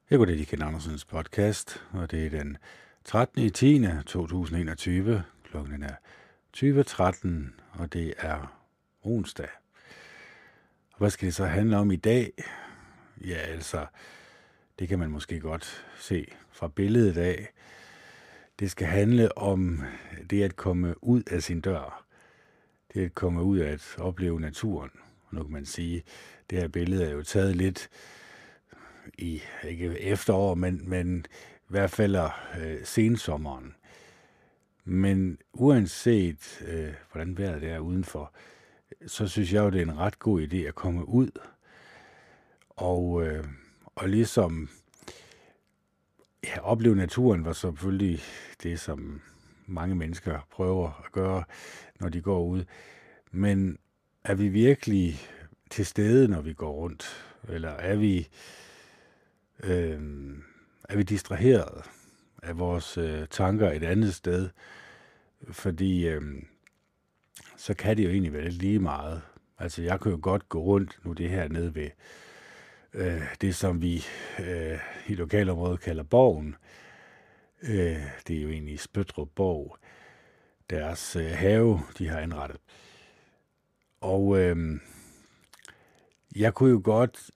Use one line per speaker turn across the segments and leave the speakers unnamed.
Jeg går til Ken Andersens podcast, og det er den 13.10.2021. Klokken er 20.13, og det er onsdag. Og hvad skal det så handle om i dag? Ja, altså, det kan man måske godt se fra billedet af. Det skal handle om det at komme ud af sin dør. Det at komme ud af at opleve naturen. Og nu kan man sige, det her billede er jo taget lidt i, ikke efterår, men i hvert fald sensommeren. Men uanset hvordan vejret er udenfor, så synes jeg jo, det er en ret god idé at komme ud. Og ligesom opleve naturen var selvfølgelig det, som mange mennesker prøver at gøre, når de går ud. Men er vi virkelig til stede, når vi går rundt? Eller er vi distraheret af vores tanker et andet sted? Fordi så kan det jo egentlig være lidt lige meget. Altså, jeg kan jo godt gå rundt nu det her nede ved det, som vi i lokalområdet kalder Borgen. Det er jo egentlig Spøttrup Borg. Deres have, de har indrettet. Og jeg kunne jo godt...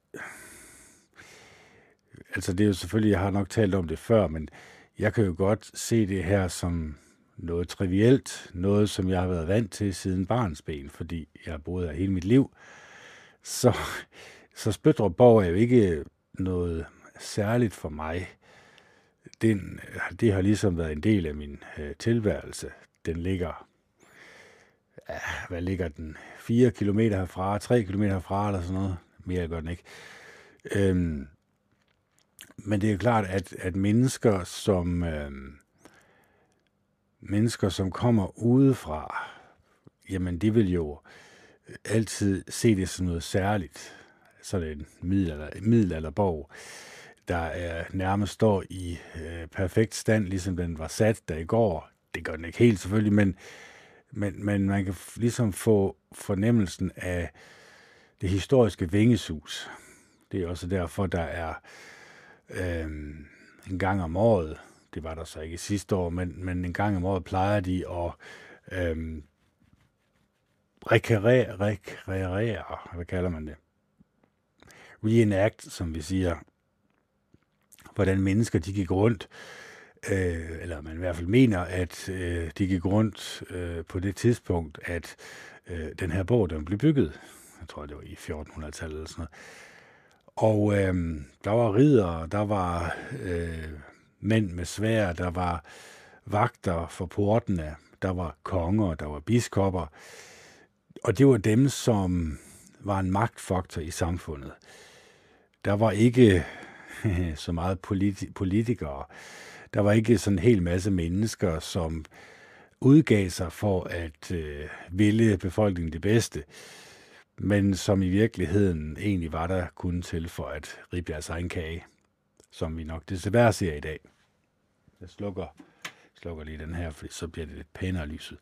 Altså, det er jo selvfølgelig, jeg har nok talt om det før, men jeg kan jo godt se det her som noget trivielt, noget, som jeg har været vant til siden barnsben, fordi jeg har boet her hele mit liv. Så Spøttrup Borg er jo ikke noget særligt for mig. Det har ligesom været en del af min tilværelse. Den ligger, hvad ligger den? 4 kilometer herfra, 3 kilometer herfra, eller sådan noget. Mere gør den ikke. Men det er jo klart, at mennesker, som kommer udefra, jamen de vil jo altid se det som noget særligt. Så er det en middelalderborg, der nærmest står i perfekt stand, ligesom den var sat der i går. Det gør den ikke helt selvfølgelig, men man kan ligesom få fornemmelsen af det historiske vingesus. Det er også derfor, der er en gang om året, det var der så ikke sidste år, men en gang om året plejer de at rekreere, hvad kalder man det? Reenact, som vi siger, hvordan mennesker de gik rundt, eller man i hvert fald mener, at de gik rundt på det tidspunkt, at den her borg, den blev bygget. Jeg tror, det var i 1400-tallet eller sådan noget. Og der var riddere, der var mænd med sværd, der var vagter for portene, der var konger, der var biskopper. Og det var dem, som var en magtfaktor i samfundet. Der var ikke så meget politikere. Der var ikke sådan en hel masse mennesker, som udgav sig for at ville befolkningen det bedste, men som i virkeligheden egentlig var der kun til for at ribe deres egen kage, som vi nok desværre ser i dag. Jeg slukker lige den her, for så bliver det lidt pænere lyset.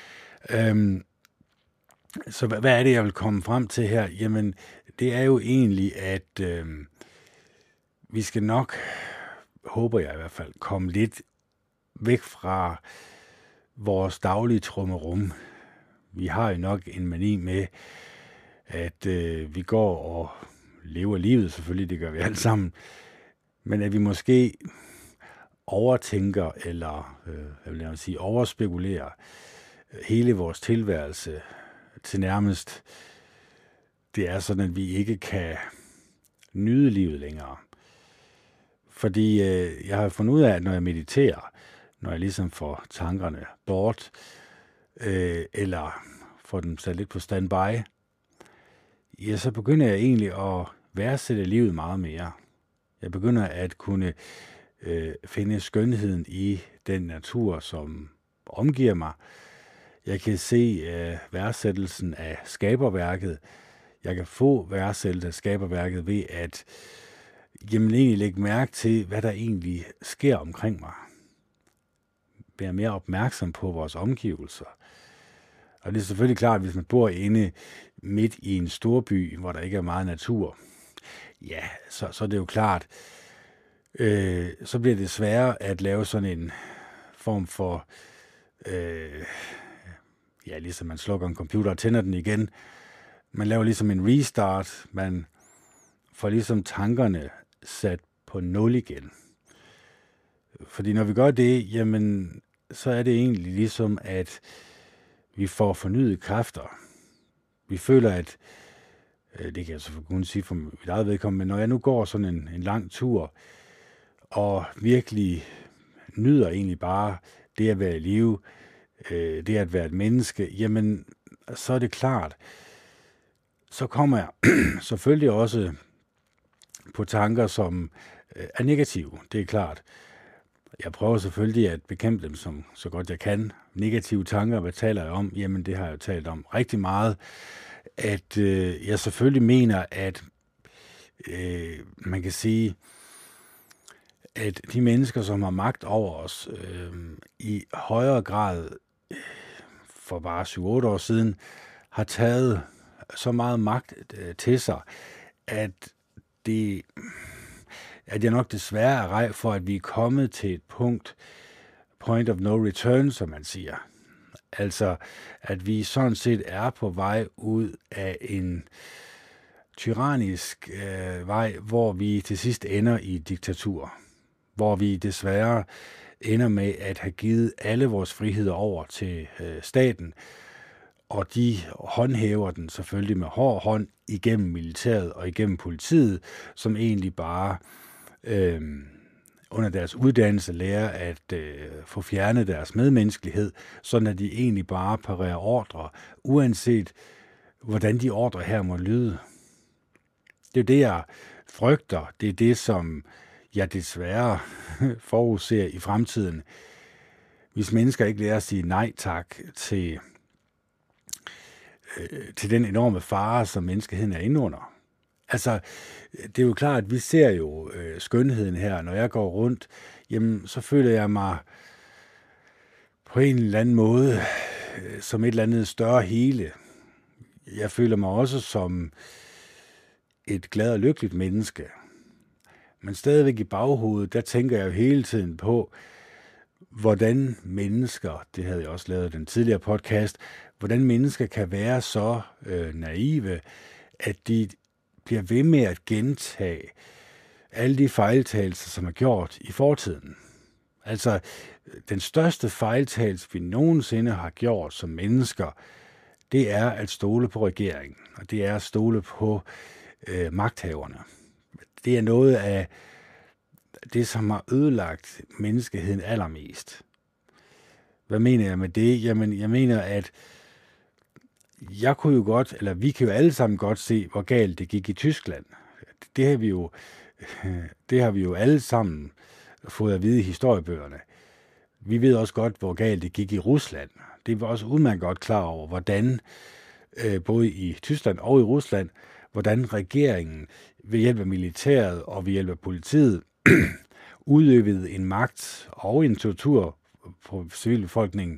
Så hvad er det, jeg vil komme frem til her? Jamen, det er jo egentlig, at vi skal nok, håber jeg i hvert fald, komme lidt væk fra vores daglige trummerum. Vi har jo nok en mani med, at vi går og lever livet, selvfølgelig, det gør vi alle sammen, men at vi måske overtænker, eller hvad vil jeg sige, overspekulerer hele vores tilværelse til nærmest, det er sådan, at vi ikke kan nyde livet længere. Fordi jeg har fundet ud af, at når jeg mediterer, når jeg ligesom får tankerne bort, eller får dem sat lidt på standby, ja, så begynder jeg egentlig at værdsætte livet meget mere. Jeg begynder at kunne finde skønheden i den natur, som omgiver mig. Jeg kan se værdsættelsen af skaberværket. Jeg kan få værdsættelsen af skaberværket ved at egentlig lægge mærke til, hvad der egentlig sker omkring mig. Være mere opmærksom på vores omgivelser. Og det er selvfølgelig klart, at hvis man bor inde midt i en storby, hvor der ikke er meget natur, ja, så er det jo klart, så bliver det sværere at lave sådan en form for, ligesom man slukker en computer og tænder den igen. Man laver ligesom en restart, man får ligesom tankerne sat på 0 igen. Fordi når vi gør det, jamen, så er det egentlig ligesom, at vi får fornyet kræfter. Vi føler, at, det kan jeg så kun sige for mit eget vedkommende, men når jeg nu går sådan en lang tur, og virkelig nyder egentlig bare det at være i live, det at være et menneske, jamen, så er det klart, så kommer jeg selvfølgelig også på tanker, som er negative, det er klart. Jeg prøver selvfølgelig at bekæmpe dem så godt jeg kan. Negative tanker, hvad taler jeg om? Jamen, det har jeg jo talt om rigtig meget. At jeg selvfølgelig mener, at man kan sige, at de mennesker, som har magt over os, i højere grad for bare 7-8 år siden, har taget så meget magt til sig, at jeg nok desværre er rej for, at vi er kommet til et point of no return, som man siger. Altså, at vi sådan set er på vej ud af en tyrannisk vej, hvor vi til sidst ender i diktatur. Hvor vi desværre ender med at have givet alle vores friheder over til staten, og de håndhæver den selvfølgelig med hård hånd igennem militæret og igennem politiet, som egentlig bare under deres uddannelse lærer at få fjernet deres medmenneskelighed, sådan at de egentlig bare parerer ordre, uanset hvordan de ordre her må lyde. Det er det, jeg frygter. Det er det, som jeg desværre forudser i fremtiden. Hvis mennesker ikke lærer at sige nej tak til den enorme fare, som menneskeheden er inde under. Altså, det er jo klart, at vi ser jo skønheden her. Når jeg går rundt, jamen, så føler jeg mig på en eller anden måde som et eller andet større hele. Jeg føler mig også som et glad og lykkeligt menneske. Men stadigvæk i baghovedet, der tænker jeg jo hele tiden på, hvordan mennesker, det havde jeg også lavet i den tidligere podcast, hvordan mennesker kan være så naive, at de bliver ved med at gentage alle de fejltagelser, som er gjort i fortiden. Altså, den største fejltagelse, vi nogensinde har gjort som mennesker, det er at stole på regeringen, og det er at stole på magthaverne. Det er noget af det, som har ødelagt menneskeheden allermest. Hvad mener jeg med det? Jamen, jeg mener, at vi kan jo alle sammen godt se, hvor galt det gik i Tyskland. Det har vi jo alle sammen fået at vide i historiebøgerne. Vi ved også godt, hvor galt det gik i Rusland. Det var også udmærket godt klar over, hvordan både i Tyskland og i Rusland, hvordan regeringen ved hjælp af militæret og ved hjælp af politiet udøvede en magt og en tortur på civilbefolkningen,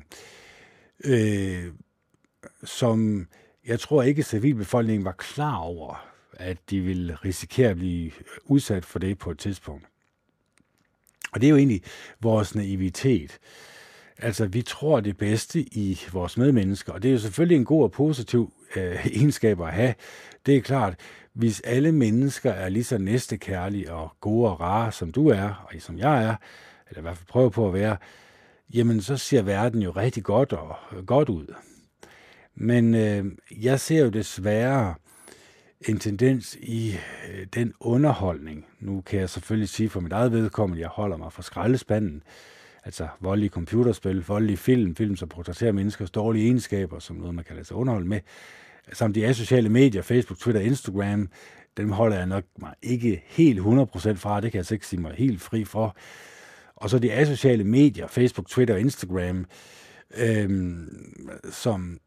som jeg tror ikke, civilbefolkningen var klar over, at de ville risikere at blive udsat for det på et tidspunkt. Og det er jo egentlig vores naivitet. Altså, vi tror det bedste i vores medmennesker, og det er jo selvfølgelig en god og positiv egenskab at have. Det er klart, hvis alle mennesker er lige så næstekærlige og gode og rare, som du er, og som jeg er, eller i hvert fald prøver på at være, jamen så ser verden jo rigtig godt ud. Men jeg ser jo desværre en tendens i den underholdning. Nu kan jeg selvfølgelig sige for mit eget vedkommende, at jeg holder mig fra skraldespanden. Altså voldelige computerspil, voldelige film som portrætterer menneskers dårlige egenskaber, som noget, man kan lade sig underholde med. Samt de asociale medier, Facebook, Twitter, Instagram, dem holder jeg nok mig ikke helt 100% fra, det kan jeg altså ikke sige mig helt fri for. Og så de asociale medier, Facebook, Twitter og Instagram, som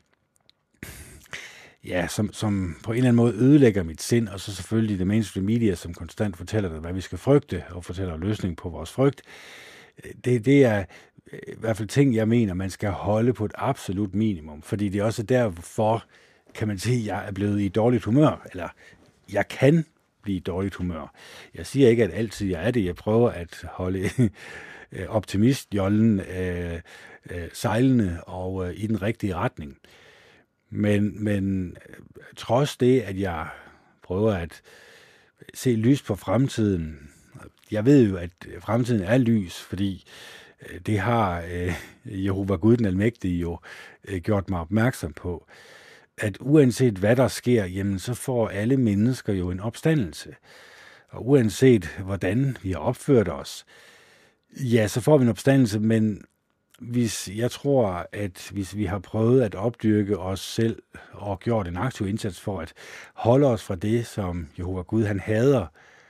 på en eller anden måde ødelægger mit sind, og så selvfølgelig det mainstream media, som konstant fortæller dig, hvad vi skal frygte, og fortæller løsning på vores frygt. Det er i hvert fald ting, jeg mener, man skal holde på et absolut minimum, fordi det er også derfor, kan man sige, jeg er blevet i dårligt humør, eller jeg kan blive i dårligt humør. Jeg siger ikke, at altid jeg er det. Jeg prøver at holde optimistjollen sejlende og i den rigtige retning. Men trods det, at jeg prøver at se lys på fremtiden, jeg ved jo, at fremtiden er lys, fordi det har Jehova Gud den Almægtige jo gjort mig opmærksom på, at uanset hvad der sker, jamen så får alle mennesker jo en opstandelse. Og uanset hvordan vi har opført os, ja, så får vi en opstandelse, men jeg tror, at hvis vi har prøvet at opdyrke os selv og gjort en aktiv indsats for at holde os fra det, som Jehova Gud han hader,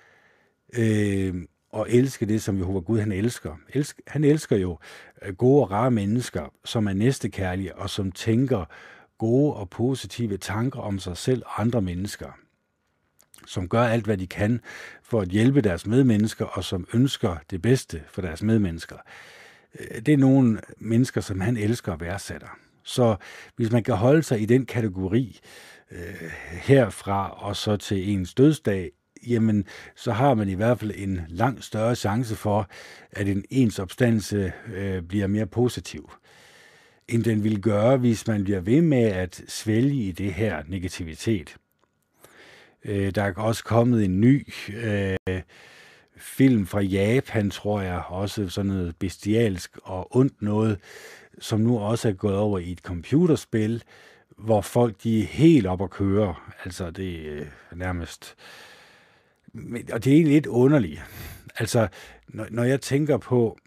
og elske det, som Jehova Gud han elsker. Han elsker jo gode og rare mennesker, som er næstekærlige og som tænker gode og positive tanker om sig selv og andre mennesker, som gør alt, hvad de kan for at hjælpe deres medmennesker, og som ønsker det bedste for deres medmennesker. Det er nogle mennesker, som han elsker og værdsætter. Så hvis man kan holde sig i den kategori herfra og så til ens dødsdag, jamen så har man i hvert fald en langt større chance for, at ens opstandelse bliver mere positiv, end den vil gøre, hvis man bliver ved med at svælge i det her negativitet. Der er også kommet en ny film fra Japan, tror jeg, også sådan noget bestialsk og ondt noget, som nu også er gået over i et computerspil, hvor folk de er helt op at køre. Altså det er nærmest... Og det er egentlig lidt underligt. Altså, når jeg tænker på,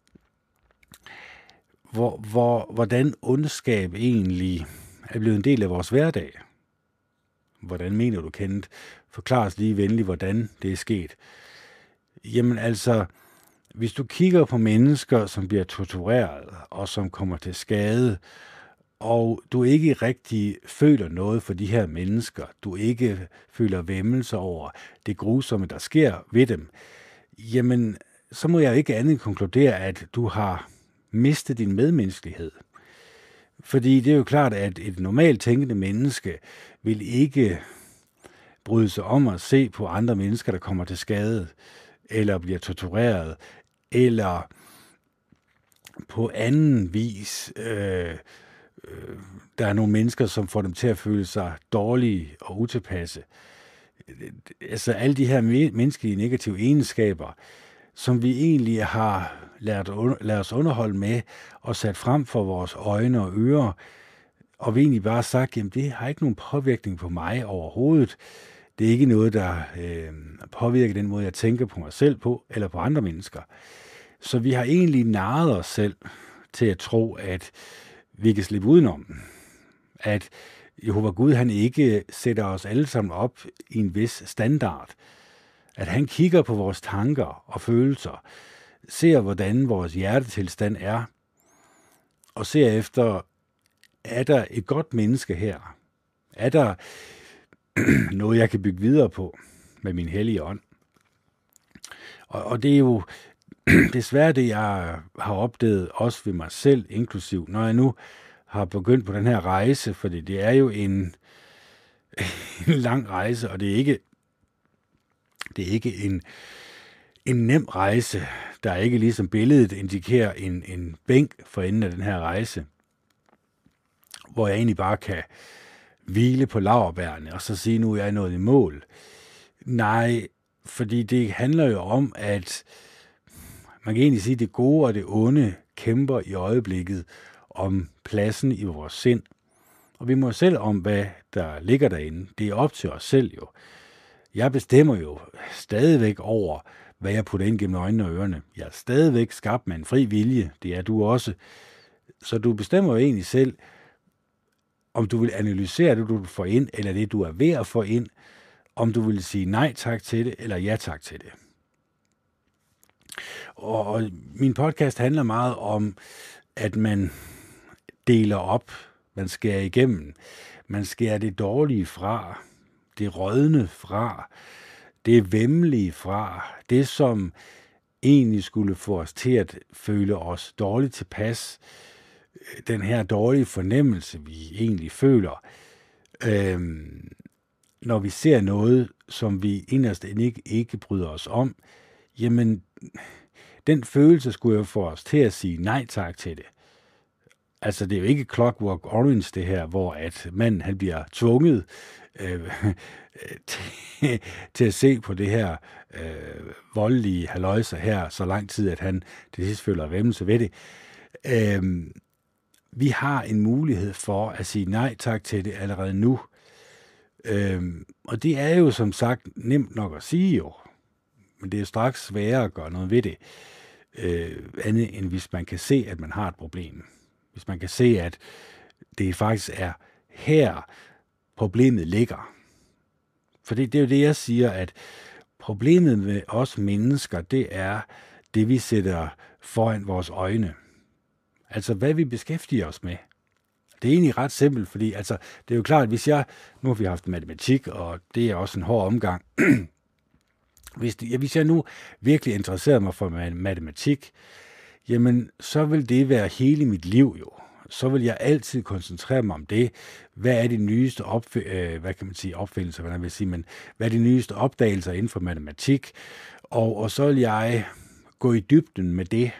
hvordan ondskab egentlig er blevet en del af vores hverdag. Hvordan mener du, Kenneth? Forklar os lige venligt, hvordan det er sket. Jamen altså, hvis du kigger på mennesker, som bliver tortureret og som kommer til skade, og du ikke rigtig føler noget for de her mennesker, du ikke føler væmmelse over det grusomme, der sker ved dem, jamen, så må jeg ikke andet konkludere, at du har mistet din medmenneskelighed. Fordi det er jo klart, at et normalt tænkende menneske vil ikke bryde sig om at se på andre mennesker, der kommer til skade, eller bliver tortureret, eller på anden vis... der er nogle mennesker, som får dem til at føle sig dårlige og utilpasse. Altså alle de her menneskelige negative egenskaber, som vi egentlig har lært os underholde med og sat frem for vores øjne og ører, og vi egentlig bare sagt, jamen det har ikke nogen påvirkning på mig overhovedet. Det er ikke noget, der påvirker den måde, jeg tænker på mig selv på, eller på andre mennesker. Så vi har egentlig narret os selv til at tro, at vi kan slippe udenom. At Jehova Gud, han ikke sætter os alle sammen op i en vis standard. At han kigger på vores tanker og følelser, ser hvordan vores hjertetilstand er, og ser efter, er der et godt menneske her? Er der noget, jeg kan bygge videre på med min hellige ånd? Og det er jo desværre det, jeg har opdaget også ved mig selv, inklusiv, når jeg nu har begyndt på den her rejse, fordi det er jo en lang rejse, og det er ikke en nem rejse, der ikke ligesom billedet indikerer en bænk for enden af den her rejse, hvor jeg egentlig bare kan hvile på laurbærrene og så sige, nu er jeg nået i mål. Nej, fordi det handler jo om, at man kan egentlig sige, at det gode og det onde kæmper i øjeblikket om pladsen i vores sind. Og vi må selv om, hvad der ligger derinde. Det er op til os selv jo. Jeg bestemmer jo stadigvæk over, hvad jeg putter ind gennem øjnene og ørerne. Jeg er stadigvæk skabt med en fri vilje. Det er du også. Så du bestemmer jo egentlig selv, om du vil analysere det, du får ind, eller det, du er ved at få ind. Om du vil sige nej tak til det, eller ja tak til det. Og min podcast handler meget om, at man deler op, man skærer igennem, man skærer det dårlige fra, det rådne fra, det væmmelige fra, det som egentlig skulle få os til at føle os dårligt tilpas, den her dårlige fornemmelse, vi egentlig føler, når vi ser noget, som vi inderst ikke bryder os om, jamen, den følelse skulle jo få os til at sige nej tak til det. Altså, det er jo ikke Clockwork Orange, det her, hvor at manden, han bliver tvunget til at se på det her voldelige halløjser her, så lang tid, at han til sidst føler væmmelse ved det. Vi har en mulighed for at sige nej tak til det allerede nu. Og det er jo som sagt nemt nok at sige jo, men det er straks sværere at gøre noget ved det, andet end hvis man kan se, at man har et problem. Hvis man kan se, at det faktisk er her, problemet ligger. For det er jo det, jeg siger, at problemet med os mennesker, det er det, vi sætter foran vores øjne. Altså, hvad vi beskæftiger os med. Det er egentlig ret simpelt, fordi altså, det er jo klart, at nu har vi haft matematik, og det er også en hård omgang. Hvis jeg nu virkelig interesserer mig for matematik, jamen, så vil det være hele mit liv jo. Så vil jeg altid koncentrere mig om det. Hvad er de nyeste opfindelser, hvad vil sige, men hvad er de nyeste opdagelser inden for matematik? Og så vil jeg gå i dybden med det.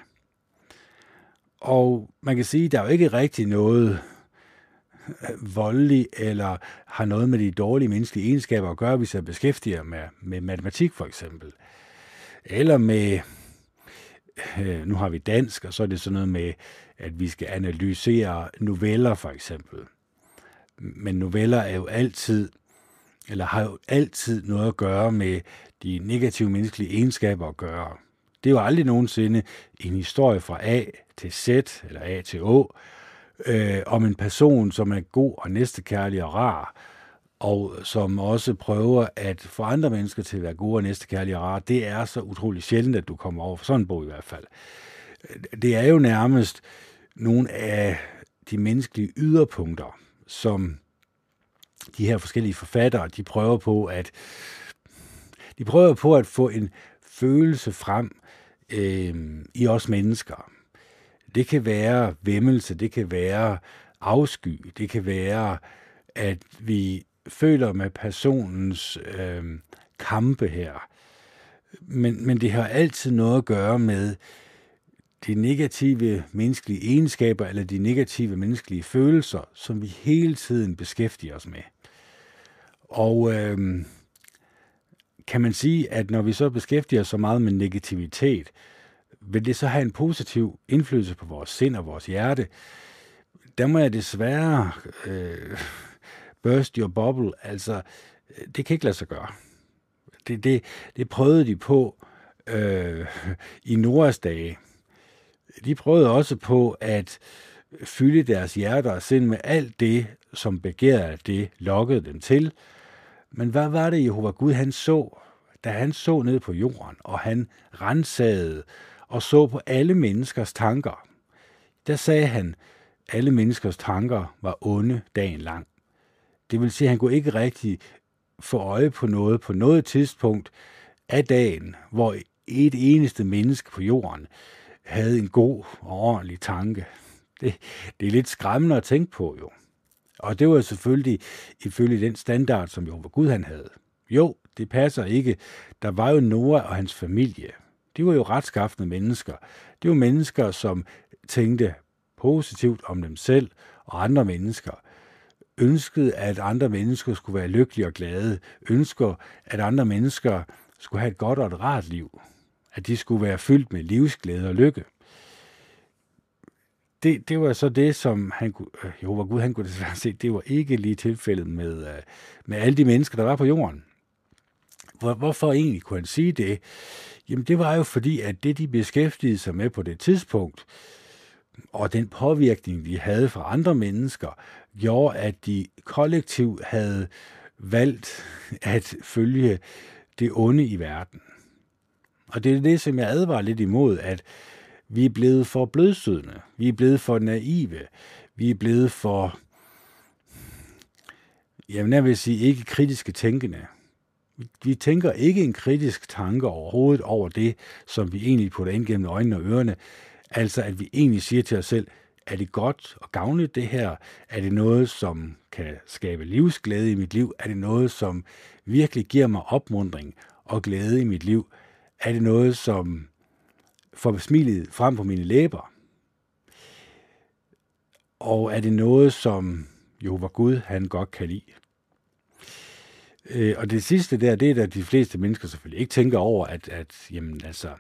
Og man kan sige, at der er jo ikke rigtig noget voldeligt eller har noget med de dårlige menneskelige egenskaber at gøre, hvis jeg beskæftiger med matematik for eksempel. Eller med, nu har vi dansk, og så er det sådan noget med, at vi skal analysere noveller for eksempel. Men noveller er jo har jo altid noget at gøre med de negative menneskelige egenskaber at gøre. Det er jo aldrig nogensinde en historie fra A til Z, eller A til Å, om en person, som er god og næstekærlig og rar, og som også prøver at få andre mennesker til at være gode og næstekærlige og rare. Det er så utrolig sjældent, at du kommer over for sådan en bog i hvert fald. Det er jo nærmest nogle af de menneskelige yderpunkter, som de her forskellige forfattere, de prøver på at få en følelse frem i os mennesker. Det kan være væmmelse, det kan være afsky, det kan være, at vi føler med personens kampe her. Men det har altid noget at gøre med de negative menneskelige egenskaber, eller de negative menneskelige følelser, som vi hele tiden beskæftiger os med. Og kan man sige, at når vi så beskæftiger os så meget med negativitet, vil det så have en positiv indflydelse på vores sind og vores hjerte? Der må jeg desværre burst your bubble. Altså, det kan ikke lade sig gøre. Det prøvede de på i Noahs dage. De prøvede også på at fylde deres hjerter og sind med alt det, som begæret det lokkede dem til. Men hvad var det, Jehova Gud han så, da han så ned på jorden, og han ransagede og så på alle menneskers tanker? Der sagde han, at alle menneskers tanker var onde dagen lang. Det vil sige, at han kunne ikke rigtig få øje på noget tidspunkt af dagen, hvor et eneste menneske på jorden havde en god og ordentlig tanke. Det er lidt skræmmende at tænke på jo. Og det var selvfølgelig ifølge den standard, som Jehova Gud han havde. Jo, det passer ikke. Der var jo Noah og hans familie. De var jo retskaffende mennesker. Det var mennesker, som tænkte positivt om dem selv og andre mennesker. Ønskede, at andre mennesker skulle være lykkelige og glade. Ønsker, at andre mennesker skulle have et godt og et rart liv. At de skulle være fyldt med livsglæde og lykke. Det var så det, som Jehova Gud han kunne desværre se. Det var ikke lige tilfældet med alle de mennesker, der var på jorden. Hvorfor egentlig kunne han sige det? Jamen det var jo fordi, at det de beskæftigede sig med på det tidspunkt, og den påvirkning, de havde fra andre mennesker, gjorde, at de kollektivt havde valgt at følge det onde i verden. Og det er det, som jeg advarer lidt imod, at vi er blevet for blødsødende, vi er blevet for naive, vi er blevet for, jeg vil sige, ikke kritiske tænkende. Vi tænker ikke en kritisk tanke overhovedet over det, som vi egentlig putter ind gennem øjnene og ørerne. Altså, at vi egentlig siger til os selv, Er det godt og gavnligt det her? Er det noget, som kan skabe livsglæde i mit liv? Er det noget, som virkelig giver mig opmuntring og glæde i mit liv? Er det noget, som får smilet frem på mine læber? Og er det noget, som Jehova Gud, han godt kan lide? Og det sidste der, det er der de fleste mennesker selvfølgelig ikke tænker over, at jamen altså,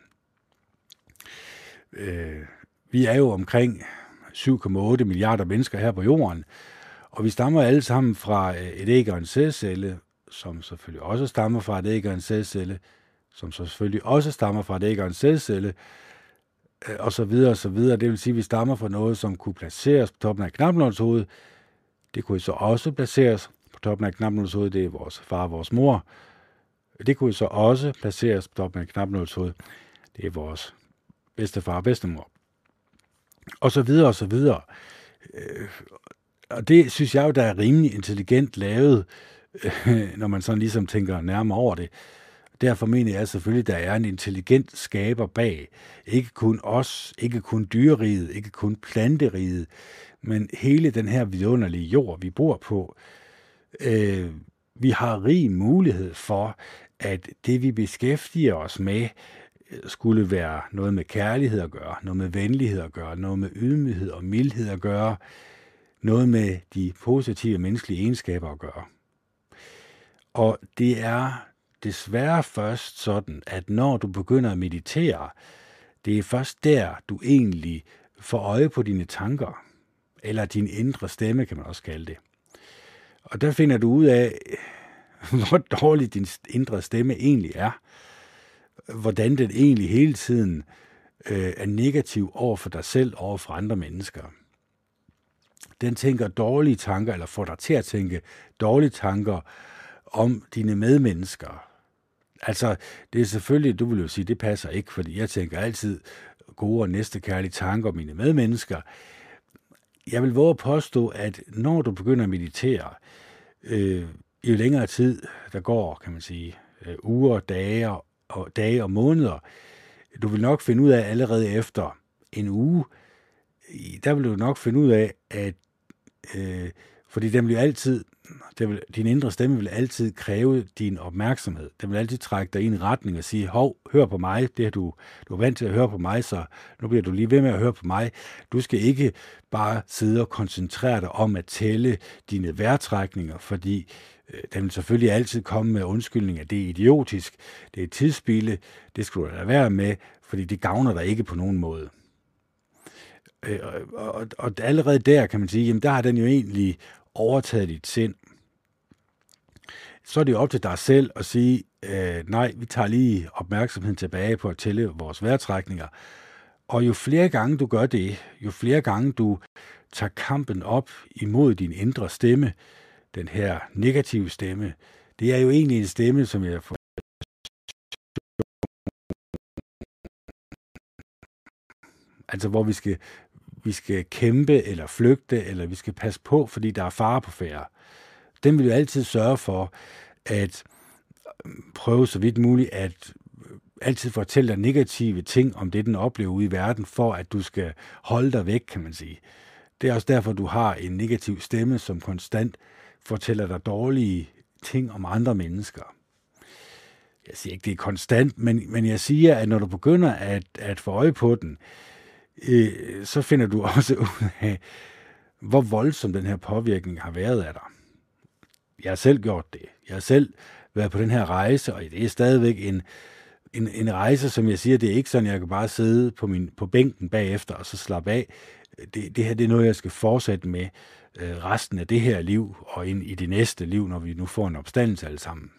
vi er jo omkring 7,8 milliarder mennesker her på jorden, og vi stammer alle sammen fra et æg og en sædcelle, som selvfølgelig også stammer fra et æg og en sædcelle, som så selvfølgelig også stammer fra et æg og en sædcelle, og så videre og så videre. Det vil sige, at vi stammer fra noget, som kunne placeres på toppen af knapnålshovedet. Det kunne så også placeres på toppen af knapnålshovedet. Det er vores far og vores mor. Det kunne så også placeres på toppen af knapnålshovedet. Det er vores bedstefar og bedstemor. Og så videre og så videre. Og det synes jeg jo, der er rimelig intelligent lavet, når man sådan ligesom tænker nærmere over det. Derfor mener jeg selvfølgelig, at der er en intelligent skaber bag. Ikke kun os, ikke kun dyreriget, ikke kun planteriget, men hele den her vidunderlige jord, vi bor på. Vi har rig mulighed for, at det vi beskæftiger os med, skulle være noget med kærlighed at gøre, noget med venlighed at gøre, noget med ydmyghed og mildhed at gøre, noget med de positive menneskelige egenskaber at gøre. Og det er desværre først sådan, at når du begynder at meditere, det er først der, du egentlig får øje på dine tanker, eller din indre stemme, kan man også kalde det. Og der finder du ud af, hvor dårlig din indre stemme egentlig er, hvordan den egentlig hele tiden er negativ over for dig selv og over for andre mennesker. Den tænker dårlige tanker, eller får dig til at tænke dårlige tanker om dine medmennesker. Altså, det er selvfølgelig, du vil jo sige, det passer ikke, fordi jeg tænker altid gode og næstekærlige tanker om mine medmennesker. Jeg vil våge at påstå, at når du begynder at meditere, i jo længere tid, der går, kan man sige, uger, dage og måneder, du vil nok finde ud af allerede efter en uge, der vil du nok finde ud af, at fordi den vil altid, din indre stemme vil altid kræve din opmærksomhed. Den vil altid trække dig i en retning og sige, hov, hør på mig, det er du er vant til at høre på mig, så nu bliver du lige ved med at høre på mig. Du skal ikke bare sidde og koncentrere dig om at tælle dine vejrtrækninger, fordi den vil selvfølgelig altid komme med undskyldning, at det er idiotisk, det er tidsspilde, det skal du lade være med, fordi det gavner dig ikke på nogen måde. Og allerede der kan man sige, jamen der har den jo egentlig overtaget dit sind. Så er det jo op til dig selv at sige, nej, vi tager lige opmærksomheden tilbage på at tælle vores vejrtrækninger. Og jo flere gange du gør det, jo flere gange du tager kampen op imod din indre stemme, den her negative stemme, det er jo egentlig en stemme, som jeg får. Altså hvor vi skal kæmpe eller flygte, eller vi skal passe på, fordi der er fare på færde. Den vil jo altid sørge for at prøve så vidt muligt at altid fortælle dig negative ting om det, den oplever ude i verden, for at du skal holde dig væk, kan man sige. Det er også derfor, du har en negativ stemme, som konstant fortæller dig dårlige ting om andre mennesker. Jeg siger ikke, det er konstant, men jeg siger, at når du begynder at få øje på den, så finder du også ud af, hvor voldsom den her påvirkning har været af dig. Jeg har selv gjort det. Jeg har selv været på den her rejse, og det er stadigvæk en rejse, som jeg siger, det er ikke sådan, jeg kan bare sidde på bænken bagefter og så slappe af. Det her det er noget, jeg skal fortsætte med resten af det her liv og ind i det næste liv, når vi nu får en opstandelse alle sammen.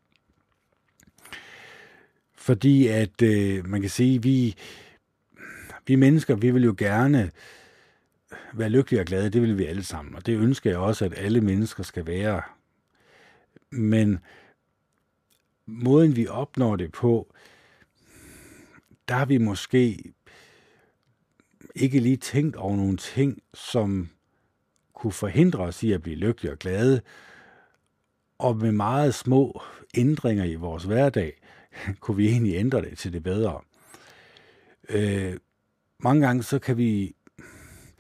Fordi at man kan sige, vi mennesker, vi vil jo gerne være lykkelige og glade, det vil vi alle sammen, og det ønsker jeg også, at alle mennesker skal være. Men måden vi opnår det på, der har vi måske ikke lige tænkt over nogle ting, som kunne forhindre os i at blive lykkelige og glade, og med meget små ændringer i vores hverdag, kunne vi egentlig ændre det til det bedre. Mange gange så kan vi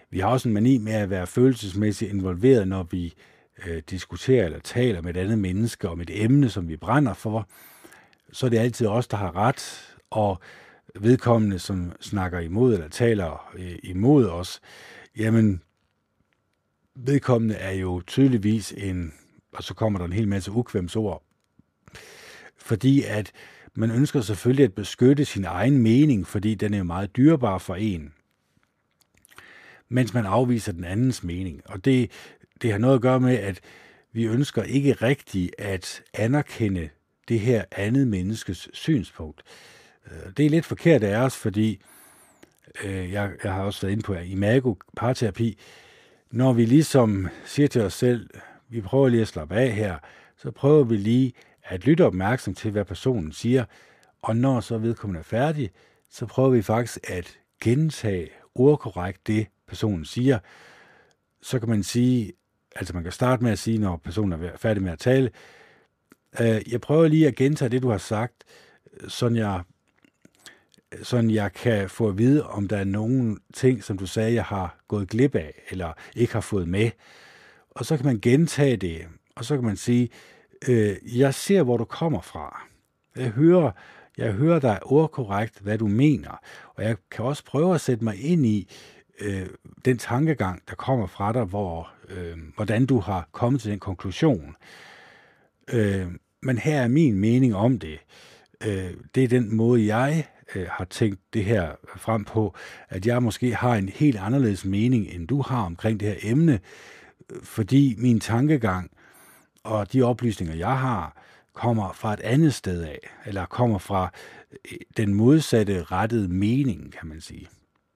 Vi har også en mani med at være følelsesmæssigt involveret, når vi diskuterer eller taler med et andet menneske om et emne, som vi brænder for. Så er det altid os, der har ret, og vedkommende, som snakker imod eller taler imod os, jamen, vedkommende er jo tydeligvis og så kommer der en hel masse ukvemsord, fordi at man ønsker selvfølgelig at beskytte sin egen mening, fordi den er jo meget dyrebar for en, mens man afviser den andens mening. Og det har noget at gøre med, at vi ønsker ikke rigtigt at anerkende det her andet menneskes synspunkt. Det er lidt forkert af os, fordi jeg har også været inde på imago parterapi. Når vi ligesom siger til os selv, vi prøver lige at slappe af her, så prøver vi lige at lytte opmærksom til, hvad personen siger, og når så vedkommende er færdig, så prøver vi faktisk at gentage ordkorrekt det, personen siger. Så kan man sige, altså man kan starte med at sige, når personen er færdig med at tale, jeg prøver lige at gentage det, du har sagt, sådan jeg kan få at vide, om der er nogle ting, som du sagde, jeg har gået glip af, eller ikke har fået med. Og så kan man gentage det, og så kan man sige, jeg ser, hvor du kommer fra. Jeg hører dig ordkorrekt, hvad du mener, og jeg kan også prøve at sætte mig ind i den tankegang, der kommer fra dig, hvordan du har kommet til den konklusion. Men her er min mening om det. Det er den måde, jeg har tænkt det her frem på, at jeg måske har en helt anderledes mening, end du har omkring det her emne, fordi min tankegang og de oplysninger, jeg har, kommer fra et andet sted af, eller kommer fra den modsatte rettede mening, kan man sige.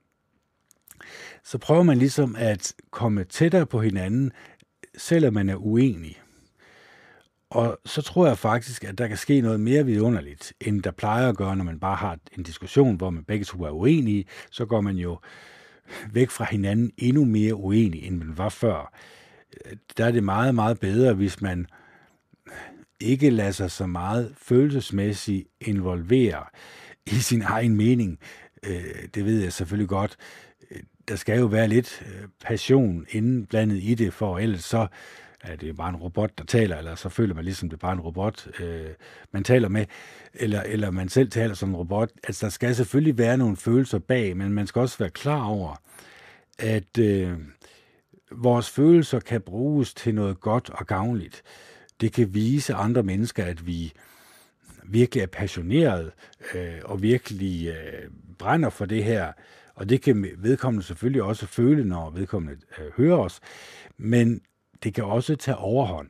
Så prøver man ligesom at komme tættere på hinanden, selvom man er uenig. Og så tror jeg faktisk, at der kan ske noget mere vidunderligt, end der plejer at gøre, når man bare har en diskussion, hvor man begge to er uenige. Så går man jo væk fra hinanden endnu mere uenig, end man var før. Der er det meget, meget bedre, hvis man ikke lader sig så meget følelsesmæssigt involvere i sin egen mening. Det ved jeg selvfølgelig godt. Der skal jo være lidt passion indblandet i det, for ellers så er det bare en robot, der taler, eller så føler man ligesom, det er bare en robot, man taler med, eller man selv taler som en robot. Altså, der skal selvfølgelig være nogle følelser bag, men man skal også være klar over, at vores følelser kan bruges til noget godt og gavnligt. Det kan vise andre mennesker, at vi virkelig er passionerede og virkelig brænder for det her. Og det kan vedkommende selvfølgelig også føle, når vedkommende hører os. Men det kan også tage overhånd.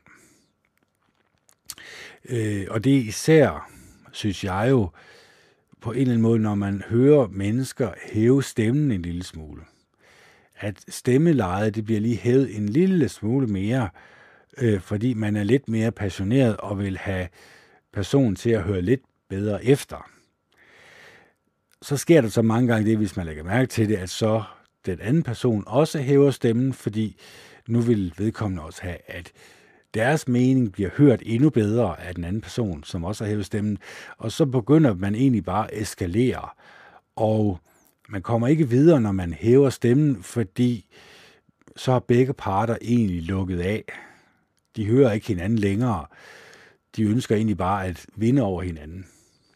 Og det er især, synes jeg jo, på en eller anden måde, når man hører mennesker hæve stemmen en lille smule. At stemmelejet, det bliver lige hævet en lille smule mere, fordi man er lidt mere passioneret og vil have personen til at høre lidt bedre efter. Så sker der så mange gange det, hvis man lægger mærke til det, at så den anden person også hæver stemmen, fordi nu vil vedkommende også have, at deres mening bliver hørt endnu bedre af den anden person, som også har hævet stemmen. Og så begynder man egentlig bare at eskalere. Og man kommer ikke videre, når man hæver stemmen, fordi så har begge parter egentlig lukket af. De hører ikke hinanden længere. De ønsker egentlig bare at vinde over hinanden.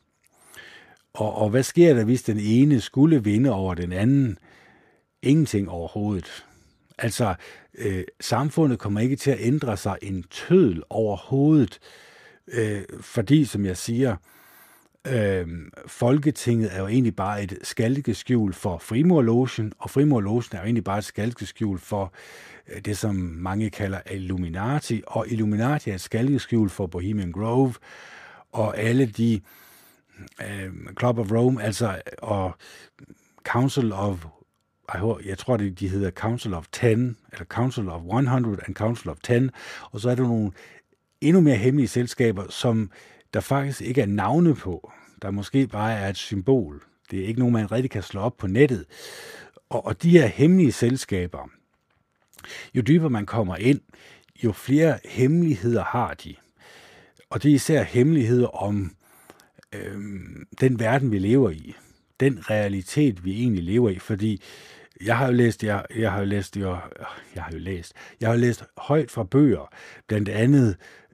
Og hvad sker der, hvis den ene skulle vinde over den anden? Ingenting overhovedet. Altså, samfundet kommer ikke til at ændre sig en tøddel overhovedet, fordi, som jeg siger, Folketinget er jo egentlig bare et skalkeskjul for Frimurlogen, og Frimurlogen er jo egentlig bare et skalkeskjul for det, som mange kalder Illuminati, og Illuminati er et skalkeskjul for Bohemian Grove, og alle de Club of Rome, altså, og Council of, jeg tror, de hedder Council of 10, eller Council of 100 and Council of 10, og så er der nogle endnu mere hemmelige selskaber, som der faktisk ikke er navne på, der måske bare er et symbol. Det er ikke nogen, man rigtig kan slå op på nettet. Og de her hemmelige selskaber, jo dybere man kommer ind, jo flere hemmeligheder har de. Og det er især hemmeligheder om den verden, vi lever i. Den realitet, vi egentlig lever i. Fordi Jeg har jo læst højt fra bøger, blandt andet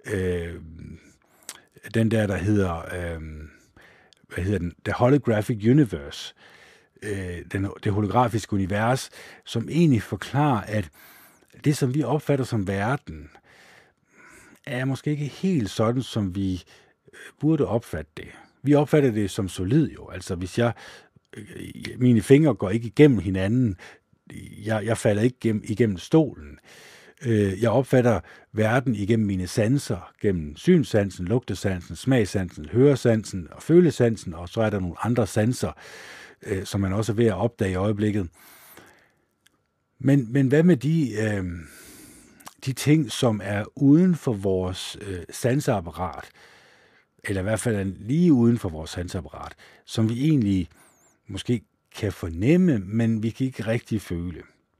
den der hedder, hvad hedder den? The Holographic Universe, det holografiske univers, som egentlig forklarer, at det, som vi opfatter som verden, er måske ikke helt sådan, som vi burde opfatte det. Vi opfatter det som solid jo. Altså hvis mine fingre går ikke igennem hinanden, jeg falder ikke igennem stolen. Jeg opfatter verden igennem mine sanser, gennem synssansen, lugtesansen, smagssansen, høresansen og følesansen, og så er der nogle andre sanser, som man også er ved at opdage i øjeblikket. Men hvad med de ting, som er uden for vores sanseapparat, eller i hvert fald lige uden for vores sanseapparat, som vi egentlig måske kan fornemme, men vi kan ikke rigtig føle.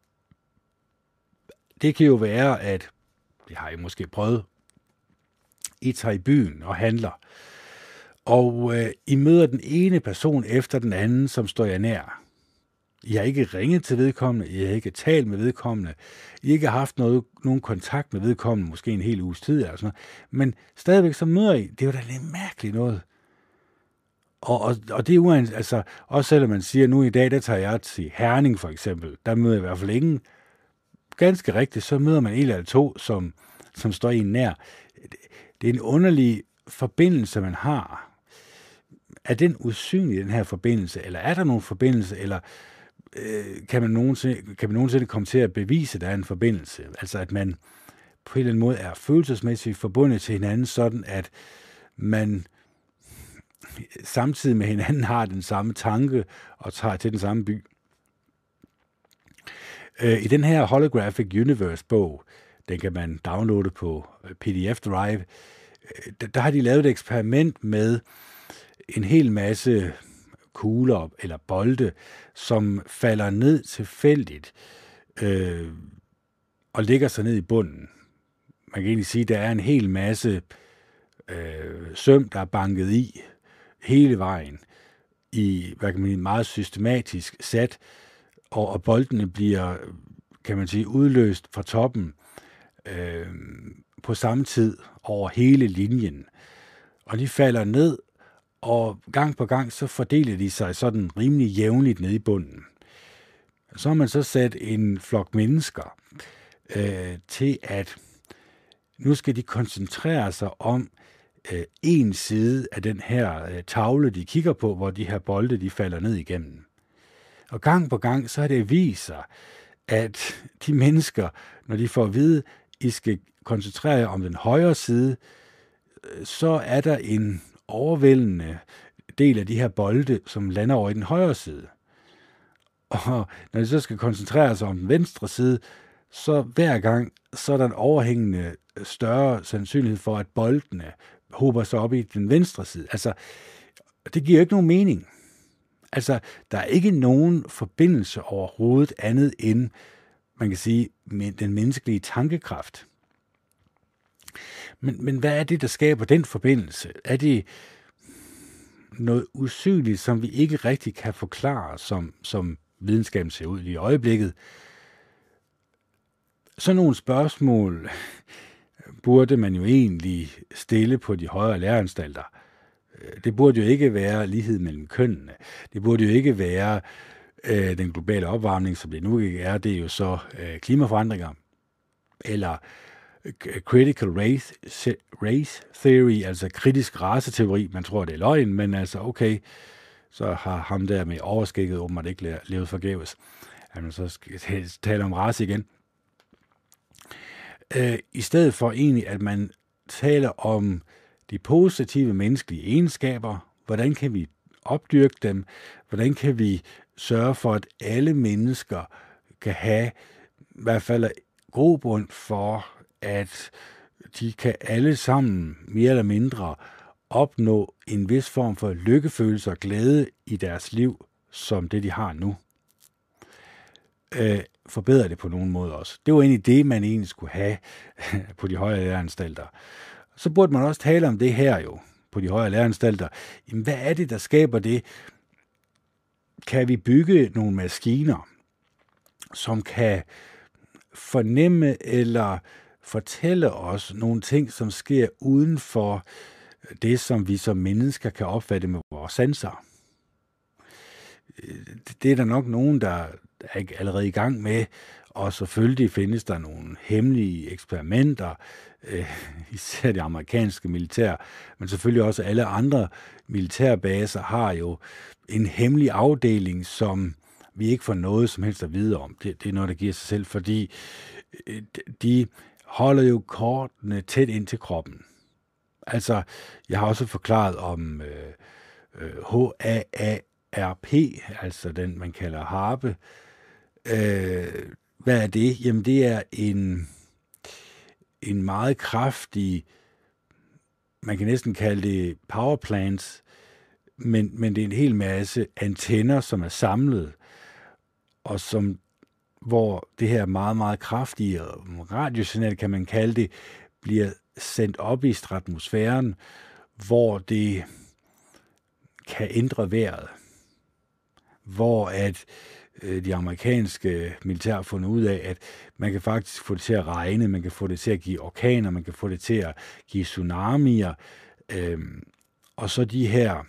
Det kan jo være, at, det har I måske prøvet, I tager i byen og handler, og I møder den ene person efter den anden, som står jer nær. I har ikke ringet til vedkommende, I har ikke talt med vedkommende, I har ikke haft nogen kontakt med vedkommende, måske en hel uges tid eller sådan noget, men stadigvæk så møder I, det er jo da lidt mærkeligt noget. Og det er uanset, altså også selvom man siger, nu i dag, der tager jeg til Herning for eksempel, der møder jeg i hvert fald ingen, ganske rigtigt, så møder man en eller to, som står en nær. Det er en underlig forbindelse, man har. Er den usynlig, den her forbindelse, eller er der nogen forbindelse, eller kan man nogensinde komme til at bevise, at der er en forbindelse? Altså at man på en eller anden måde er følelsesmæssigt forbundet til hinanden, sådan at man samtidig med hinanden har den samme tanke og tager til den samme by. I den her Holographic Universe-bog, den kan man downloade på PDF Drive, der har de lavet et eksperiment med en hel masse kugler eller bolde, som falder ned tilfældigt og ligger sig ned i bunden. Man kan egentlig sige, at der er en hel masse søm, der er banket i hele vejen i, hvad kan man sige, meget systematisk sat, og boldene bliver, kan man sige, udløst fra toppen på samme tid over hele linjen. Og de falder ned, og gang på gang, så fordeler de sig sådan rimelig jævnligt ned i bunden. Så har man så sat en flok mennesker til, at nu skal de koncentrere sig om en side af den her tavle, de kigger på, hvor de her bolde, de falder ned igennem. Og gang på gang, så har det vist sig, at de mennesker, når de får at vide, I skal koncentrere jer om den højre side, så er der en overvældende del af de her bolde, som lander over i den højre side. Og når de så skal koncentrere sig om den venstre side, så hver gang, så er der en overhængende større sandsynlighed for, at boldene hober sig op i den venstre side. Altså, det giver jo ikke nogen mening. Altså, der er ikke nogen forbindelse overhovedet andet end, man kan sige, med den menneskelige tankekraft. Men hvad er det, der skaber den forbindelse? Er det noget usynligt, som vi ikke rigtig kan forklare, som videnskaben ser ud i øjeblikket? Sådan nogle spørgsmål burde man jo egentlig stille på de højere læreanstalter. Det burde jo ikke være lighed mellem kønnene. Det burde jo ikke være den globale opvarmning, som det nu ikke er. Det er jo så klimaforandringer. Eller critical race theory, altså kritisk raceteori. Man tror, det er løgn, men altså okay, så har ham der med overskægget åbenbart ikke levet forgæves. Altså, så skal jeg tale om race igen. I stedet for egentlig, at man taler om de positive menneskelige egenskaber, hvordan kan vi opdyrke dem, hvordan kan vi sørge for, at alle mennesker kan have i hvert fald grobund for, at de kan alle sammen mere eller mindre opnå en vis form for lykkefølelse og glæde i deres liv, som det de har nu. Forbedre det på nogen måde også. Det var egentlig det, man egentlig skulle have på de højere læreanstalter. Så burde man også tale om det her jo, på de højere læreanstalter. Jamen, hvad er det, der skaber det? Kan vi bygge nogle maskiner, som kan fornemme eller fortælle os nogle ting, som sker uden for det, som vi som mennesker kan opfatte med vores sanser. Det er der nok nogen, der er allerede i gang med, og selvfølgelig findes der nogle hemmelige eksperimenter, især det amerikanske militær, men selvfølgelig også alle andre militærbaser har jo en hemmelig afdeling, som vi ikke får noget som helst at vide om. Det er noget, der giver sig selv, fordi de holder jo kortene tæt ind til kroppen. Altså, jeg har også forklaret om HAARP, altså den, man kalder harpe. Hvad er det? Jamen, det er en meget kraftig, man kan næsten kalde det power plants, men det er en hel masse antenner, som er samlet, og hvor det her meget, meget kraftige radiosignal, kan man kalde det, bliver sendt op i stratosfæren, hvor det kan ændre vejret. Hvor at de amerikanske militær har fundet ud af, at man kan faktisk få det til at regne, man kan få det til at give orkaner, man kan få det til at give tsunamier, og så de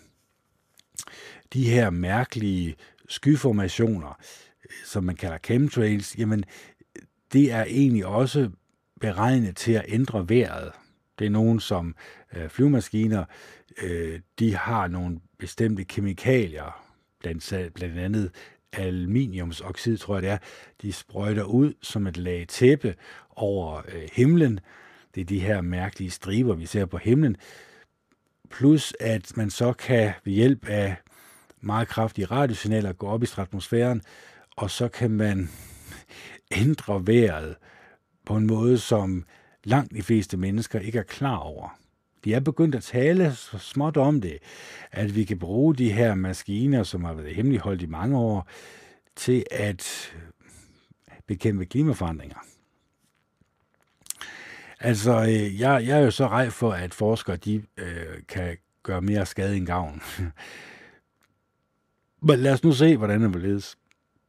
her mærkelige skyformationer, som man kalder chemtrails, jamen det er egentlig også beregnet til at ændre vejret. Det er nogen som flyvemaskiner, de har nogle bestemte kemikalier, blandt andet aluminiumsoxid, tror jeg det er, de sprøjter ud som et lag tæppe over himlen. Det er de her mærkelige striber, vi ser på himlen. Plus at man så kan ved hjælp af meget kraftige radiosignaler gå op i stratosfæren, og så kan man ændre vejret på en måde, som langt de fleste mennesker ikke er klar over. De er begyndt at tale så småt om det, at vi kan bruge de her maskiner, som har været hemmeligholdt i mange år, til at bekæmpe klimaforandringer. Altså, jeg er jo så rej for, at forskere de kan gøre mere skade end gavn. Men lad os nu se, hvordan det vil ledes.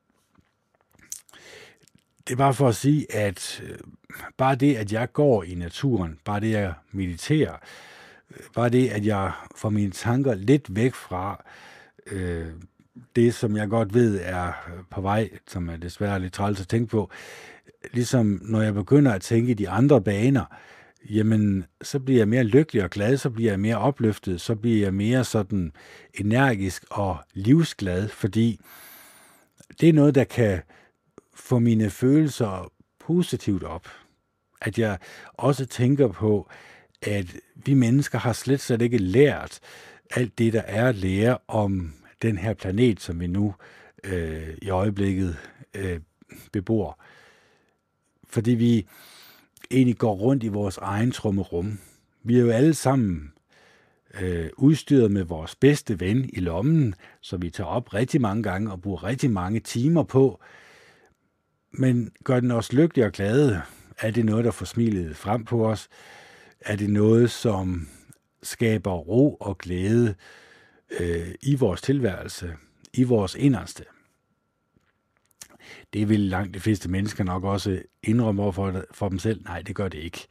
Det er bare for at sige, at bare det, at jeg går i naturen, bare det, jeg mediterer, bare det, at jeg får mine tanker lidt væk fra det, som jeg godt ved er på vej, som er desværre lidt træls at tænke på, ligesom når jeg begynder at tænke i de andre baner, jamen, så bliver jeg mere lykkelig og glad, så bliver jeg mere opløftet, så bliver jeg mere sådan energisk og livsglad, fordi det er noget, der kan få mine følelser positivt op. At jeg også tænker på, at vi mennesker har slet ikke lært alt det, der er at lære om den her planet, som vi nu i øjeblikket bebor. Fordi vi egentlig går rundt i vores egen trummerum. Vi er jo alle sammen udstyret med vores bedste ven i lommen, så vi tager op rigtig mange gange og bruger rigtig mange timer på. Men gør den os lykkelige og glade? Er det noget, der får smilet frem på os? Er det noget, som skaber ro og glæde i vores tilværelse, i vores inderste? Det vil langt de fleste mennesker nok også indrømme over for dem selv. Nej, det gør det ikke.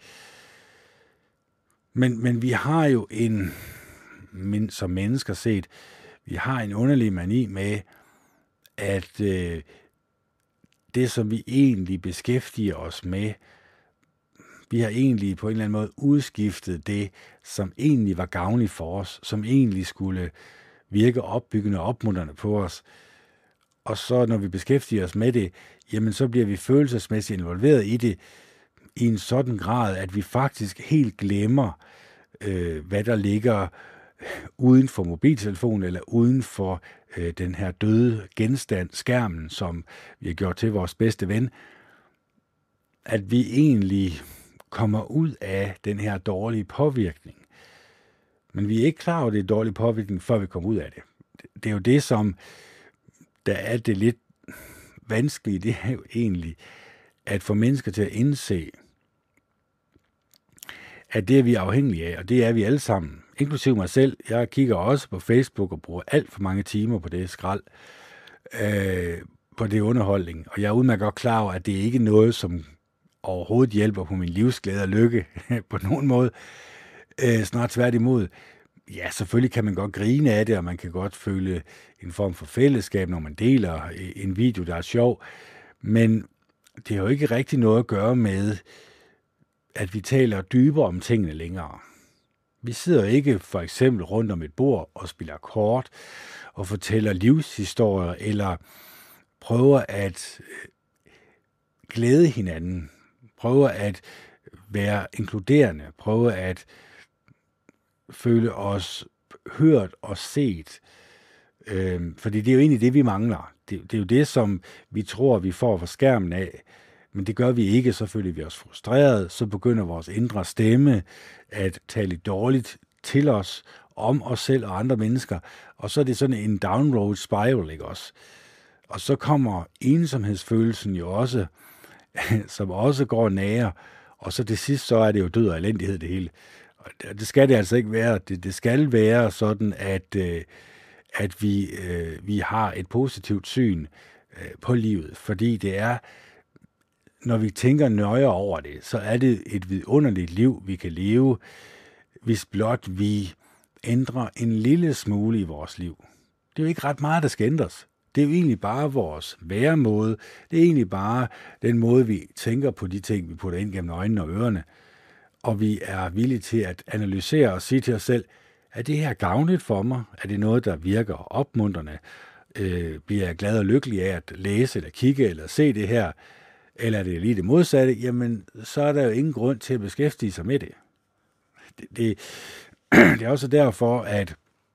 Men vi har jo som mennesker set, vi har en underlig mani med, at det, som vi egentlig beskæftiger os med, vi har egentlig på en eller anden måde udskiftet det, som egentlig var gavnligt for os, som egentlig skulle virke opbyggende og opmuntrende på os. Og så når vi beskæftiger os med det, jamen så bliver vi følelsesmæssigt involveret i det i en sådan grad, at vi faktisk helt glemmer, hvad der ligger uden for mobiltelefonen eller uden for den her døde genstand, skærmen, som vi har gjort til vores bedste ven, at vi egentlig kommer ud af den her dårlige påvirkning. Men vi er ikke klar over, at det er dårlig påvirkning, før vi kommer ud af det. Det er jo det, som der er det lidt vanskelige, det er jo egentlig at få mennesker til at indse, at det er vi afhængige af, og det er vi alle sammen, inklusive mig selv. Jeg kigger også på Facebook og bruger alt for mange timer på det skrald, på det underholdning, og jeg er udmærket godt klar over, at det ikke er noget, som overhovedet hjælper på min livsglæde og lykke på nogen måde. Snart tværtimod. Ja, selvfølgelig kan man godt grine af det, og man kan godt føle en form for fællesskab, når man deler en video, der er sjov, men det har jo ikke rigtig noget at gøre med, at vi taler dybere om tingene længere. Vi sidder ikke for eksempel rundt om et bord og spiller kort og fortæller livshistorier eller prøver at glæde hinanden, prøver at være inkluderende, prøver at føle os hørt og set. Fordi det er jo egentlig det, vi mangler. Det er jo det, som vi tror, vi får fra skærmen af. Men det gør vi ikke, så føler vi os frustreret, så begynder vores indre stemme at tale dårligt til os, om os selv og andre mennesker, og så er det sådan en downward spiral, ikke også? Og så kommer ensomhedsfølelsen jo også, som også går nære, og så til sidst, så er det jo død og elendighed det hele. Og det skal det altså ikke være. Det skal være sådan, at vi har et positivt syn på livet, fordi det er, når vi tænker nøje over det, så er det et vidunderligt liv, vi kan leve, hvis blot vi ændrer en lille smule i vores liv. Det er jo ikke ret meget, der skal ændres. Det er jo egentlig bare vores væremåde. Det er egentlig bare den måde, vi tænker på de ting, vi putter ind gennem øjnene og ørerne. Og vi er villige til at analysere og sige til os selv, er det her gavnligt for mig? Er det noget, der virker opmuntrende? Bliver jeg glad og lykkelig af at læse eller kigge eller se det her? Eller er det lige det modsatte? Jamen, så er der jo ingen grund til at beskæftige sig med det. Det er også derfor, at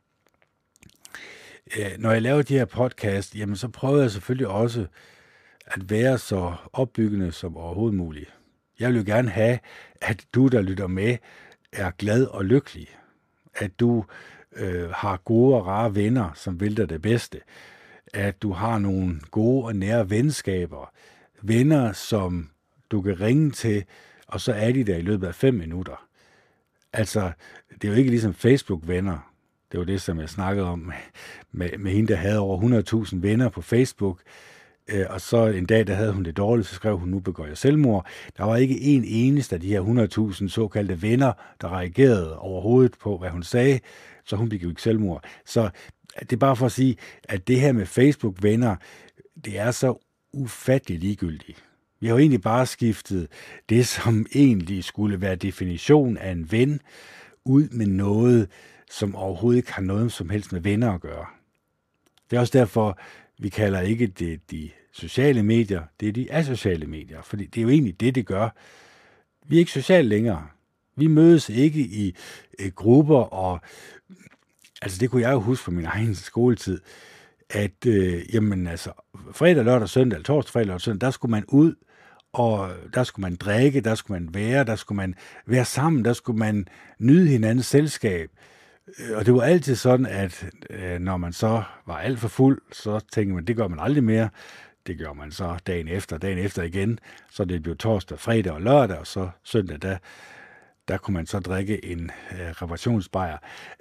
når jeg laver de her podcast, jamen så prøver jeg selvfølgelig også at være så opbyggende som overhovedet muligt. Jeg vil jo gerne have, at du, der lytter med, er glad og lykkelig. At du har gode og rare venner, som vil dig det bedste. At du har nogle gode og nære venskaber. Venner, som du kan ringe til, og så er de der i løbet af 5 minutter. Altså, det er jo ikke ligesom Facebook-venner. Det var det, som jeg snakkede om med hende, der havde over 100.000 venner på Facebook. Og så en dag, der havde hun det dårligt, så skrev hun, nu begår jeg selvmord. Der var ikke en eneste af de her 100.000 såkaldte venner, der reagerede overhovedet på, hvad hun sagde, så hun begik ikke selvmord. Så det er bare for at sige, at det her med Facebook-venner, det er så ufattelig ligegyldigt. Vi har jo egentlig bare skiftet det, som egentlig skulle være definition af en ven, ud med noget, som overhovedet ikke har noget som helst med venner at gøre. Det er også derfor, vi kalder ikke det de sociale medier, det er de asociale medier, fordi det er jo egentlig det gør. Vi er ikke sociale længere. Vi mødes ikke i grupper, og altså det kunne jeg jo huske fra min egen skoletid, at jamen altså fredag, lørdag, søndag, eller torsdag, fredag, lørdag, søndag, der skulle man ud, og der skulle man drikke, der skulle man være sammen, der skulle man nyde hinandens selskab. Og det var altid sådan, at når man så var alt for fuld, så tænkte man, det gør man aldrig mere. Det gør man så dagen efter igen. Så det blev torsdag, fredag og lørdag, og så søndag, der kunne man så drikke en reparationsbajer.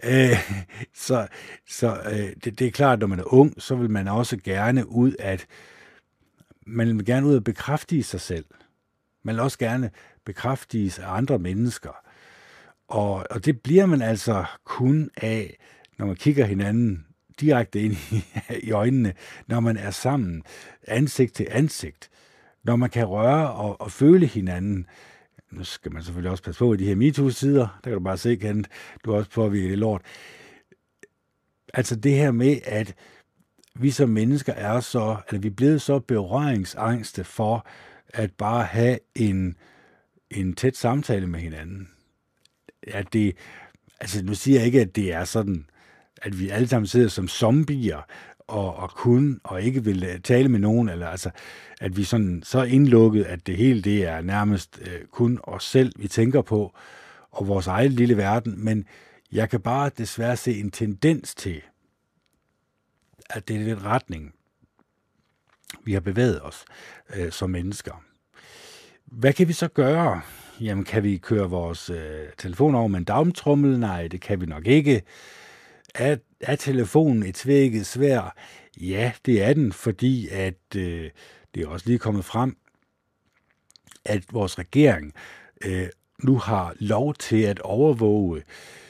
Det er klart, at når man er ung, så vil man også gerne ud at bekræftige sig selv. Man vil også gerne bekræftiges af andre mennesker. Og det bliver man altså kun af, når man kigger hinanden direkte ind i øjnene, når man er sammen ansigt til ansigt, når man kan røre og føle hinanden. Nu skal man selvfølgelig også passe på i de her MeToo-sider, der kan du bare se, Kent, du er også påvirket det lort. Altså det her med, at vi som mennesker vi er blevet så berøringsangste for at bare have en tæt samtale med hinanden. At det, altså nu siger jeg ikke, at det er sådan, at vi alle sammen sidder som zombier og ikke vil tale med nogen, eller altså, at vi sådan så indlukket, at det hele det er nærmest kun os selv, vi tænker på, og vores egen lille verden, men jeg kan bare desværre se en tendens til, at det er den retning, vi har bevæget os som mennesker. Hvad kan vi så gøre? Jamen, kan vi køre vores telefon over med en damptrommel? Nej, det kan vi nok ikke. Er telefonen et tvækket sværd? Ja, det er den, fordi at det er også lige kommet frem, at vores regering nu har lov til at overvåge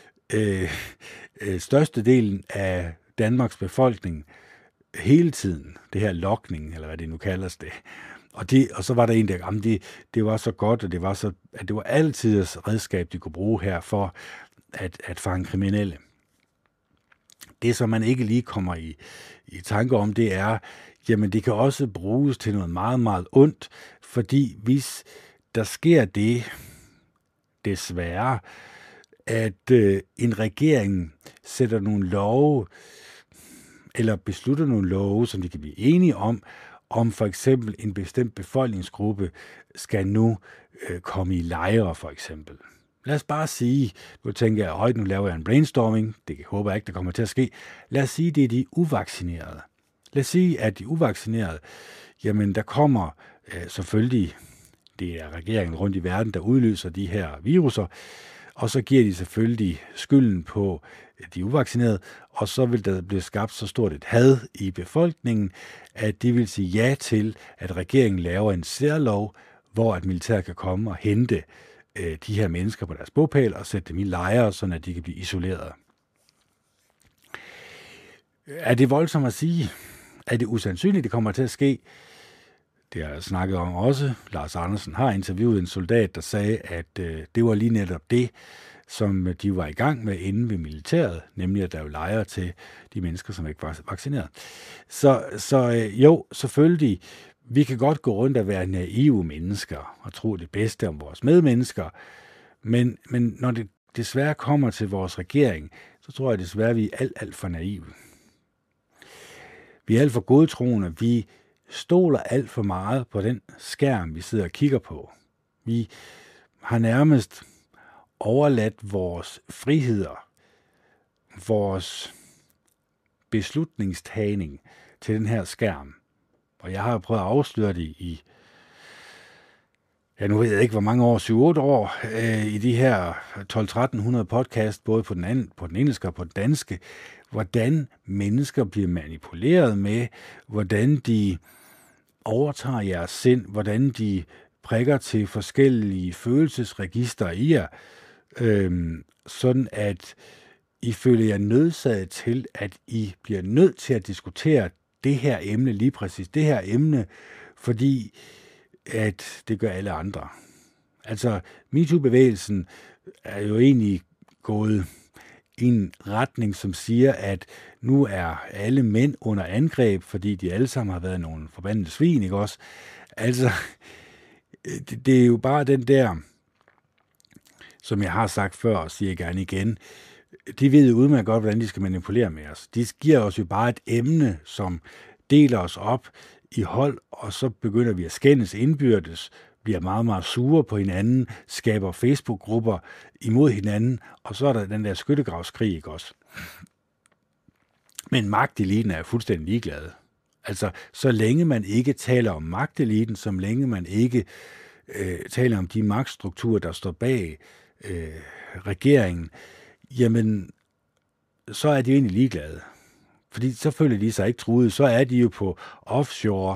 størstedelen af Danmarks befolkning hele tiden. Det her logning, eller hvad det nu kaldes det. Og så var der en, der det var så godt, og at det var altid et redskab, de kunne bruge her for at fange kriminelle. Det, som man ikke lige kommer i tanke om, det er, jamen det kan også bruges til noget meget, meget ondt, fordi hvis der sker det, desværre, at en regering sætter nogle love, eller beslutter nogle love, som de kan blive enige om for eksempel en bestemt befolkningsgruppe skal nu komme i lejre, for eksempel. Lad os bare sige, nu tænker jeg, højt, nu laver jeg en brainstorming, det håber jeg ikke, der kommer til at ske. Lad os sige, det er de uvaccinerede. Lad os sige, at de uvaccinerede, jamen der kommer selvfølgelig, det er regeringen rundt i verden, der udløser de her viruser, og så giver de selvfølgelig skylden på de uvaccinerede, og så vil der blive skabt så stort et had i befolkningen, at de vil sige ja til, at regeringen laver en særlov, hvor at militæret kan komme og hente de her mennesker på deres bopæl og sætte dem i lejre, så de kan blive isoleret. Er det voldsomt at sige? Er det usandsynligt, det kommer til at ske? Det har jeg snakket om også. Lars Andersen har interviewet en soldat, der sagde, at det var lige netop det, som de var i gang med inde ved militæret, nemlig at der er lejre til de mennesker, som ikke var vaccineret. Så jo, selvfølgelig, vi kan godt gå rundt og være naive mennesker og tro det bedste om vores medmennesker, men når det desværre kommer til vores regering, så tror jeg desværre, at vi er alt for naive. Vi er alt for godtroende, vi stoler alt for meget på den skærm, vi sidder og kigger på. Vi har nærmest overladt vores friheder, vores beslutningstagning til den her skærm. Og jeg har prøvet at afsløre det i, nu ved jeg ikke, hvor mange år, 7-8 år, i de her 1200-1300 podcast, både på den engelske og på den danske, hvordan mennesker bliver manipuleret med, hvordan de overtager jeres sind, hvordan de prikker til forskellige følelsesregister i jer, sådan at I føler jer nødsaget til, at I bliver nødt til at diskutere det her emne, lige præcis det her emne, fordi at det gør alle andre. Altså, MeToo-bevægelsen er jo egentlig gået i en retning, som siger, at nu er alle mænd under angreb, fordi de alle sammen har været nogle forbandede svin, ikke også? Altså, det er jo bare den der, som jeg har sagt før, og siger gerne igen, de ved jo udmærket godt, hvordan de skal manipulere med os. De giver os jo bare et emne, som deler os op i hold, og så begynder vi at skændes indbyrdes, bliver meget, meget sure på hinanden, skaber Facebook-grupper imod hinanden, og så er der den der skyttegravskrig, ikke også? Men magteliten er fuldstændig ligeglade. Altså, så længe man ikke taler om magteliten, så længe man ikke taler om de magtstrukturer, der står bag regeringen, jamen, så er de jo egentlig ligeglade. Fordi så føler de sig ikke truet, så er de jo på offshore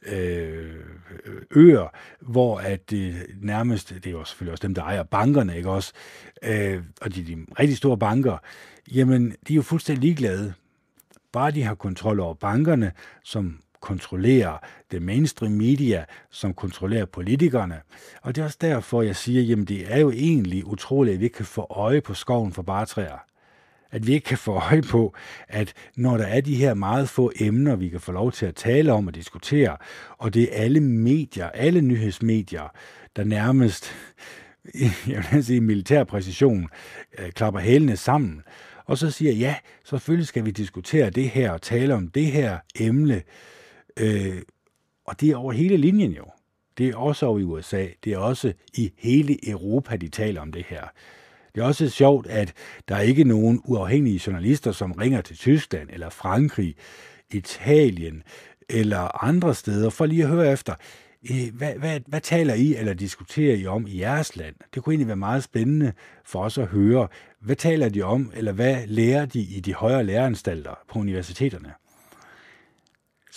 øer, hvor at det nærmest, det er jo selvfølgelig også dem, der ejer bankerne, ikke også? Og de rigtig store banker, jamen, de er jo fuldstændig ligeglade. Bare de har kontrol over bankerne, som kontrollerer det mainstream media, som kontrollerer politikerne. Og det er også derfor, jeg siger, jamen det er jo egentlig utroligt, at vi ikke kan få øje på skoven for bare træer. At vi ikke kan få øje på, at når der er de her meget få emner, vi kan få lov til at tale om og diskutere, og det er alle medier, alle nyhedsmedier, der nærmest, jeg vil sige, militær præcision, klapper hælene sammen, og så siger, ja, selvfølgelig skal vi diskutere det her og tale om det her emne, og det er over hele linjen jo. Det er også over i USA, det er også i hele Europa, de taler om det her. Det er også sjovt, at der ikke er nogen uafhængige journalister, som ringer til Tyskland eller Frankrig, Italien eller andre steder, for lige at høre efter, hvad taler I eller diskuterer I om i jeres land? Det kunne egentlig være meget spændende for os at høre. Hvad taler de om, eller hvad lærer de i de højere læreanstalter på universiteterne?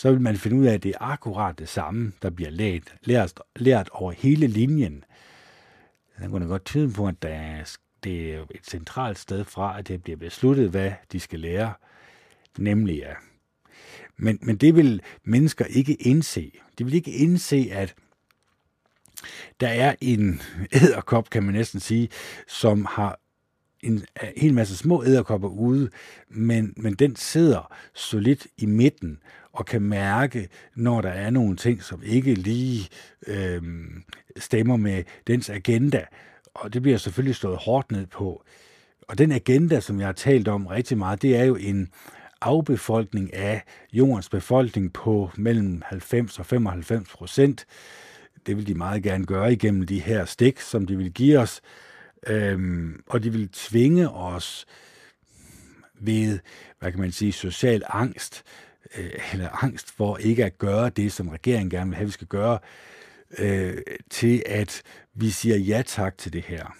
så vil man finde ud af, at det er akkurat det samme, der bliver lært over hele linjen. Den kunne godt tyde på, at det er et centralt sted fra, at det bliver besluttet, hvad de skal lære, nemlig ja. Men det vil mennesker ikke indse. De vil ikke indse, at der er en edderkop, kan man næsten sige, som har en hel masse små edderkopper ude, men den sidder solidt i midten og kan mærke, når der er nogle ting, som ikke lige stemmer med dens agenda. Og det bliver selvfølgelig slået hårdt ned på. Og den agenda, som jeg har talt om rigtig meget, det er jo en afbefolkning af jordens befolkning på mellem 90 og 95%. Det vil de meget gerne gøre igennem de her stik, som de vil give os. Og de vil tvinge os ved, hvad kan man sige, social angst, eller angst for ikke at gøre det, som regeringen gerne vil have, vi skal gøre, til at vi siger ja tak til det her.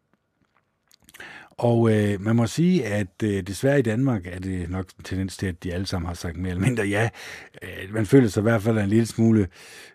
Og man må sige, at desværre i Danmark er det nok en tendens til, at de alle sammen har sagt mere eller mindre ja. Man føler sig i hvert fald en lille smule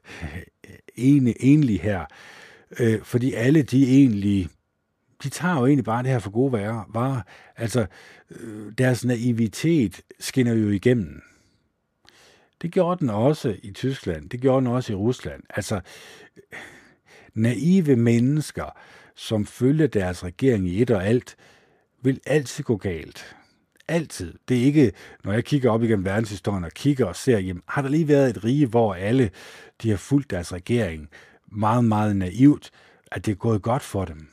enlig her, fordi alle de tager jo egentlig bare det her for gode varer. Altså, deres naivitet skinner jo igennem. Det gjorde den også i Tyskland. Det gjorde den også i Rusland. Altså, naive mennesker, som følger deres regering i et og alt, vil altid gå galt. Altid. Det er ikke, når jeg kigger op igennem verdenshistorien og kigger og ser, jamen, har der lige været et rige, hvor alle de har fulgt deres regering meget, meget naivt, at det er gået godt for dem?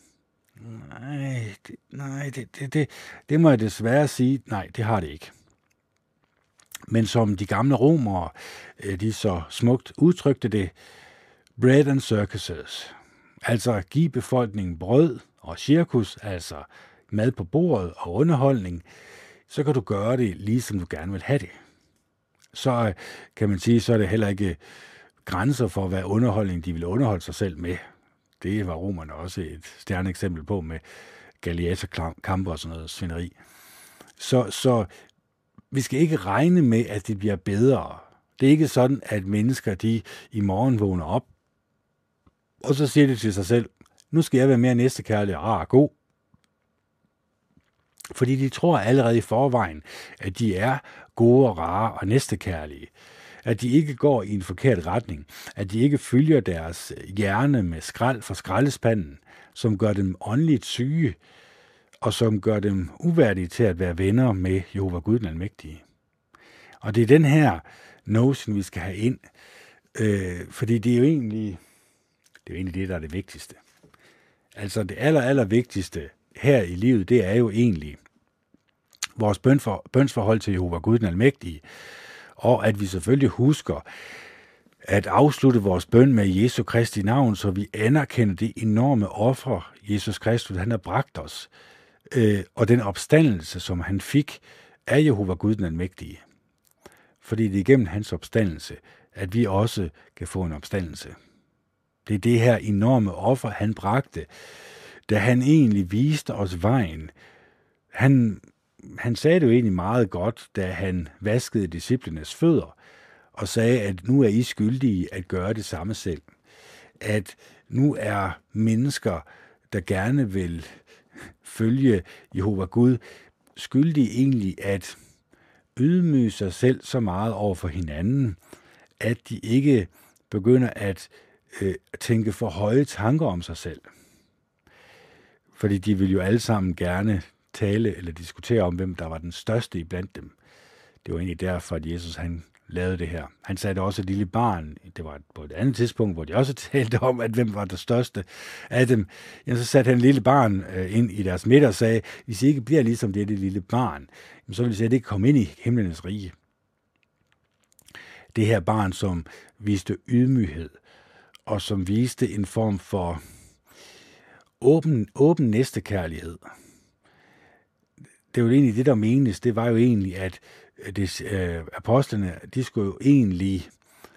Det må jeg desværre sige, nej, det har det ikke. Men som de gamle romere, de så smukt udtrykte det, bread and circuses. Altså give befolkningen brød og cirkus, altså mad på bordet og underholdning, så kan du gøre det lige som du gerne vil have det. Så kan man sige, så er det heller ikke grænser for, hvad underholdning de vil underholde sig selv med. Det var romerne også et stjerneeksempel på med gladiatorkampe og sådan noget svineri. Så vi skal ikke regne med, at det bliver bedre. Det er ikke sådan, at mennesker de i morgen vågner op, og så siger de til sig selv, nu skal jeg være mere næstekærlig og rar og god. Fordi de tror allerede i forvejen, at de er gode og rare og næstekærlige. At de ikke går i en forkert retning. At de ikke følger deres hjerne med skrald fra skraldespanden, som gør dem åndeligt syge, og som gør dem uværdige til at være venner med Jehova Gud den Almægtige. Og det er den her notion, vi skal have ind, fordi det er jo egentlig det, der er det vigtigste. Altså det aller vigtigste her i livet, det er jo egentlig vores bønsforhold til Jehova Gud den Almægtige, og at vi selvfølgelig husker at afslutte vores bøn med Jesu Kristi navn, så vi anerkender det enorme offer, Jesus Kristus, han har bragt os, og den opstandelse, som han fik af Jehova Gud den Almægtige. Fordi det er igennem hans opstandelse, at vi også kan få en opstandelse. Det er det her enorme offer, han bragte, da han egentlig viste os vejen. Han sagde det jo egentlig meget godt, da han vaskede disciplenes fødder, og sagde, at nu er I skyldige at gøre det samme selv. At nu er mennesker, der gerne vil følge Jehova Gud, skyldige egentlig at ydmyge sig selv så meget over for hinanden, at de ikke begynder at tænke for høje tanker om sig selv. Fordi de vil jo alle sammen gerne tale eller diskutere om, hvem der var den største iblandt dem. Det var egentlig derfor, at Jesus han lavede det her. Han satte også et lille barn, det var på et andet tidspunkt, hvor de også talte om, at hvem var det største af dem. Jamen, så satte han et lille barn ind i deres midte og sagde, hvis I ikke bliver ligesom det lille barn, så vil I slet ikke komme ind i himlenes rige. Det her barn, som viste ydmyghed, og som viste en form for åben næstekærlighed. Det var egentlig det, der menes. Det var jo egentlig, at apostlene, de skulle jo egentlig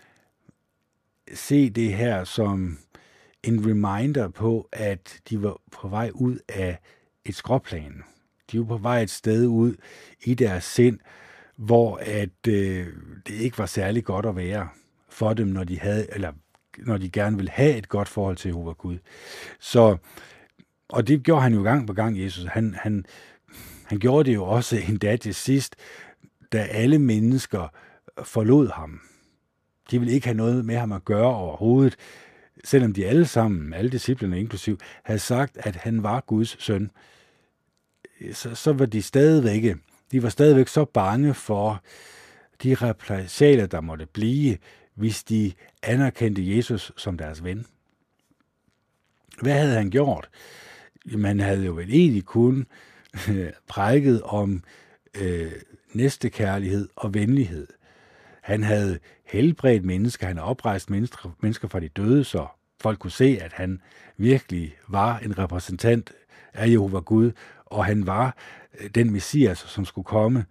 se det her som en reminder på, at de var på vej ud af et skråplan. De var på vej et sted ud i deres sind, hvor at det ikke var særlig godt at være for dem, når de gerne ville have et godt forhold til Jehova Gud. Så, og det gjorde han jo gang på gang, Jesus. Han gjorde det jo også endda til sidst, da alle mennesker forlod ham. De ville ikke have noget med ham at gøre overhovedet, selvom de alle sammen, alle disciplene inklusiv, havde sagt, at han var Guds søn. Så var de var stadigvæk så bange for de repressalier, der måtte blive, hvis de anerkendte Jesus som deres ven. Hvad havde han gjort? Man havde jo vel egentlig kun prædiket om næstekærlighed og venlighed. Han havde helbredt mennesker, han havde oprejst mennesker fra de døde, så folk kunne se, at han virkelig var en repræsentant af Jehova Gud, og han var den Messias, som skulle komme.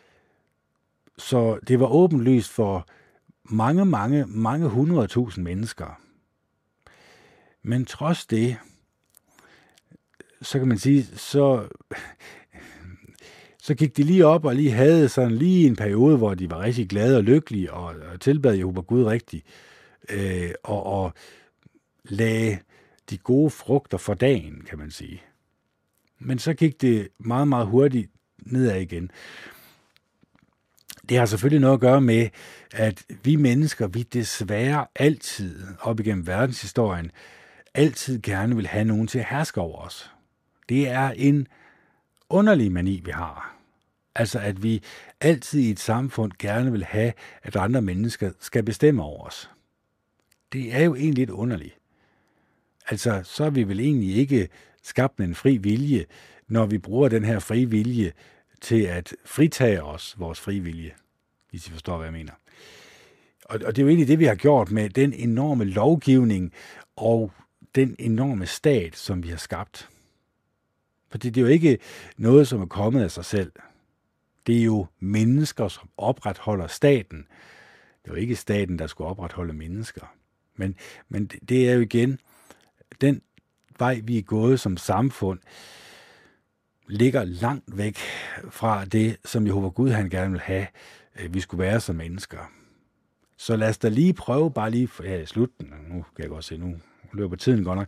Så det var åbenlyst for mange 100.000 mennesker. Men trods det, så kan man sige, så gik de lige op og lige havde sådan lige en periode, hvor de var rigtig glade og lykkelige og tilbad Jehova Gud rigtigt, og lagde de gode frugter for dagen, kan man sige. Men så gik det meget hurtigt nedad igen. Det har selvfølgelig noget at gøre med, at vi mennesker, vi desværre altid, op igennem verdenshistorien, altid gerne vil have nogen til at herske over os. Det er en underlig mani, vi har. Altså, at vi altid i et samfund gerne vil have, at andre mennesker skal bestemme over os. Det er jo egentlig lidt underligt. Altså, så er vi vel egentlig ikke skabt med en fri vilje, når vi bruger den her fri vilje til at fritage os vores fri vilje, hvis I forstår, hvad jeg mener. Og det er jo egentlig det, vi har gjort med den enorme lovgivning og den enorme stat, som vi har skabt. Fordi det er jo ikke noget, som er kommet af sig selv. Det er jo mennesker, som opretholder staten. Det er jo ikke staten, der skulle opretholde mennesker. Men det er jo igen, den vej, vi er gået som samfund, ligger langt væk fra det, som Jehova Gud han gerne vil have, vi skulle være som mennesker. Så lad os da lige prøve, bare lige her i slutten, nu kan jeg godt se, nu løber tiden godt nok.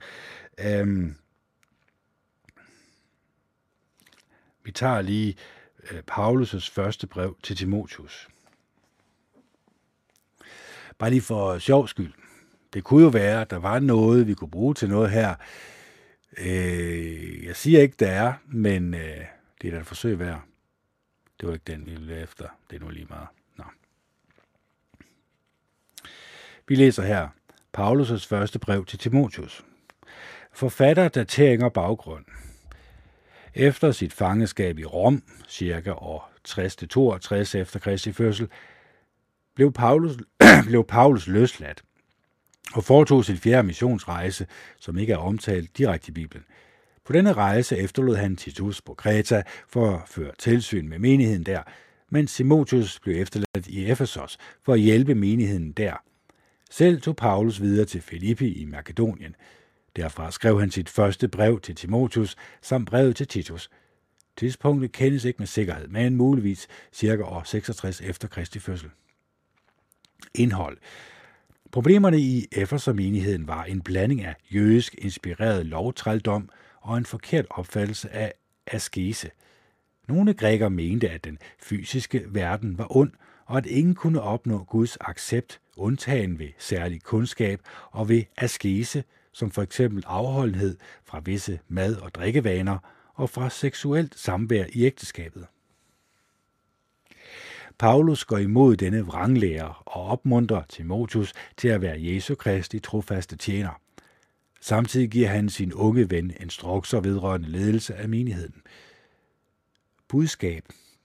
Vi tager lige Paulus' første brev til Timotheus. Bare lige for sjov skyld. Det kunne jo være, at der var noget, vi kunne bruge til noget her. Jeg siger ikke, der er, men det er da et forsøg værd. Det var ikke den, vi ville efter. Det er nu lige meget. Nå. Vi læser her Paulus' første brev til Timotheus. Forfatter, datering og baggrund. Efter sit fangeskab i Rom, cirka år 60-62 efter Kristi fødsel, blev Paulus løsladt og foretog sin fjerde missionsrejse, som ikke er omtalt direkte i Bibelen. På denne rejse efterlod han Titus på Kreta for at føre tilsyn med menigheden der, mens Timotheus blev efterladt i Efesos for at hjælpe menigheden der. Selv tog Paulus videre til Filippi i Makedonien. Derfra skrev han sit første brev til Timotheus samt brevet til Titus. Tidspunktet kendes ikke med sikkerhed, men muligvis cirka år 66 efter Kristi fødsel. Indhold. Problemerne i Efeser-menigheden var en blanding af jødisk inspireret lovtrældom og en forkert opfattelse af askese. Nogle grækere mente, at den fysiske verden var ond, og at ingen kunne opnå Guds accept, undtagen ved særlig kundskab og ved askese, som for eksempel afholdenhed fra visse mad- og drikkevaner og fra seksuelt samvær i ægteskabet. Paulus går imod denne vranglære og opmuntrer Timotheus til at være Jesu Kristi trofaste tjener. Samtidig giver han sin unge ven instrukser vedrørende ledelse af menigheden. Budskab.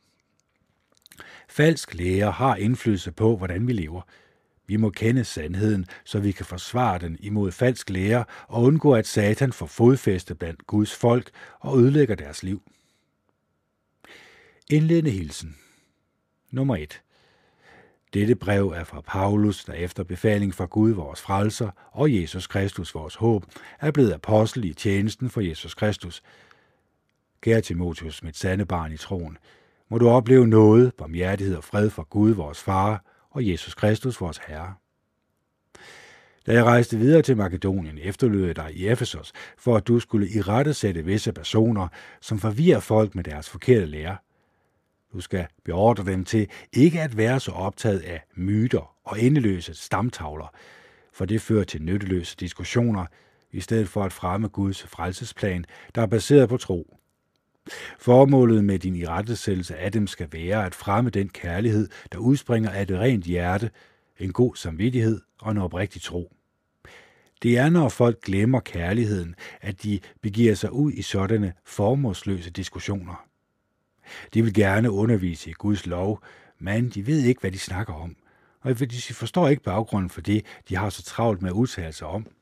Falsk lære har indflydelse på, hvordan vi lever. Vi må kende sandheden, så vi kan forsvare den imod falsk lære og undgå, at Satan får fodfæste blandt Guds folk og ødelægger deres liv. Indledende hilsen. Nummer 1. Dette brev er fra Paulus, der efter befaling fra Gud, vores frelser, og Jesus Kristus, vores håb, er blevet apostel i tjenesten for Jesus Kristus. Kære Timotheus, mit sande barn i troen, må du opleve nåde, barmhjertighed og fred fra Gud, vores Far, og Jesus Kristus, vores Herre. Da jeg rejste videre til Makedonien, efterlod jeg dig i Efesos, for at du skulle irettesætte visse personer, som forvirrer folk med deres forkerte lære. Du skal beordre dem til ikke at være så optaget af myter og endeløse stamtavler, for det fører til nytteløse diskussioner, i stedet for at fremme Guds frelsesplan, der er baseret på tro. Formålet med din irettesættelse af dem skal være at fremme den kærlighed, der udspringer af et rent hjerte, en god samvittighed og en oprigtig tro. Det er, når folk glemmer kærligheden, at de begiver sig ud i sådanne formålsløse diskussioner. De vil gerne undervise i Guds lov, men de ved ikke, hvad de snakker om, og de forstår ikke baggrunden for det, de har så travlt med at udtale sig om.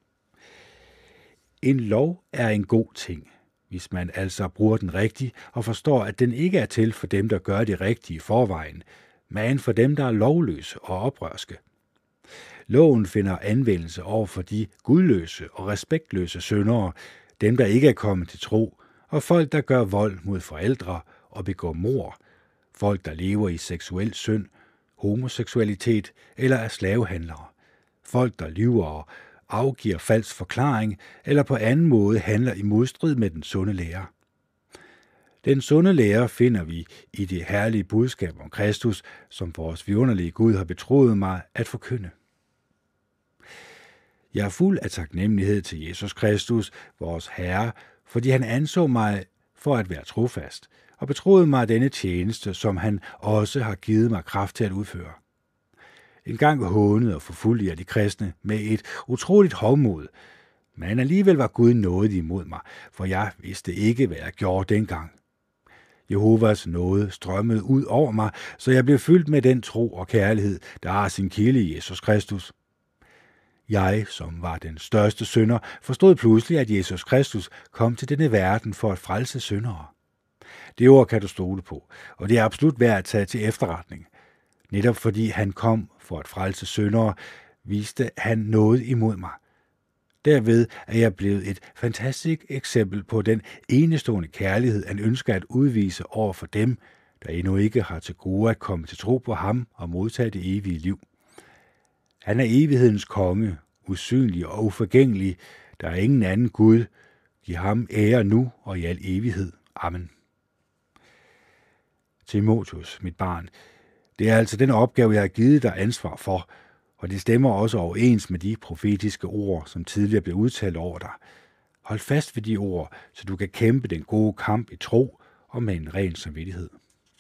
En lov er en god ting, hvis man altså bruger den rigtigt og forstår, at den ikke er til for dem, der gør det rigtige i forvejen, men for dem, der er lovløse og oprørske. Loven finder anvendelse over for de gudløse og respektløse syndere, dem, der ikke er kommet til tro, og folk, der gør vold mod forældre og begår mord, folk, der lever i seksuel synd, homoseksualitet eller er slavehandlere, folk, der lyver og afgiver falsk forklaring eller på anden måde handler i modstrid med den sunde lære. Den sunde lære finder vi i det herlige budskab om Kristus, som vores vidunderlige Gud har betroet mig at forkynde. Jeg er fuld af taknemmelighed til Jesus Kristus, vores Herre, fordi han anså mig for at være trofast, og betroede mig denne tjeneste, som han også har givet mig kraft til at udføre. En gang hånede og forfulgte jeg de kristne med et utroligt hovmod, men alligevel var Gud nådig imod mig, for jeg vidste ikke, hvad jeg gjorde dengang. Jehovas nåde strømmede ud over mig, så jeg blev fyldt med den tro og kærlighed, der har sin kilde i Jesus Kristus. Jeg, som var den største synder, forstod pludselig, at Jesus Kristus kom til denne verden for at frelse syndere. Det ord kan du stole på, og det er absolut værd at tage til efterretning. Netop fordi han kom for at frelse syndere, viste han noget imod mig. Derved er jeg blevet et fantastisk eksempel på den enestående kærlighed, han ønsker at udvise over for dem, der endnu ikke har til gode at komme til tro på ham og modtage det evige liv. Han er evighedens konge, usynlig og uforgængelig. Der er ingen anden Gud. Giv ham ære nu og i al evighed. Amen. Timotheus, mit barn, det er altså den opgave, jeg har givet dig ansvar for, og det stemmer også overens med de profetiske ord, som tidligere blev udtalt over dig. Hold fast ved de ord, så du kan kæmpe den gode kamp i tro og med en ren samvittighed.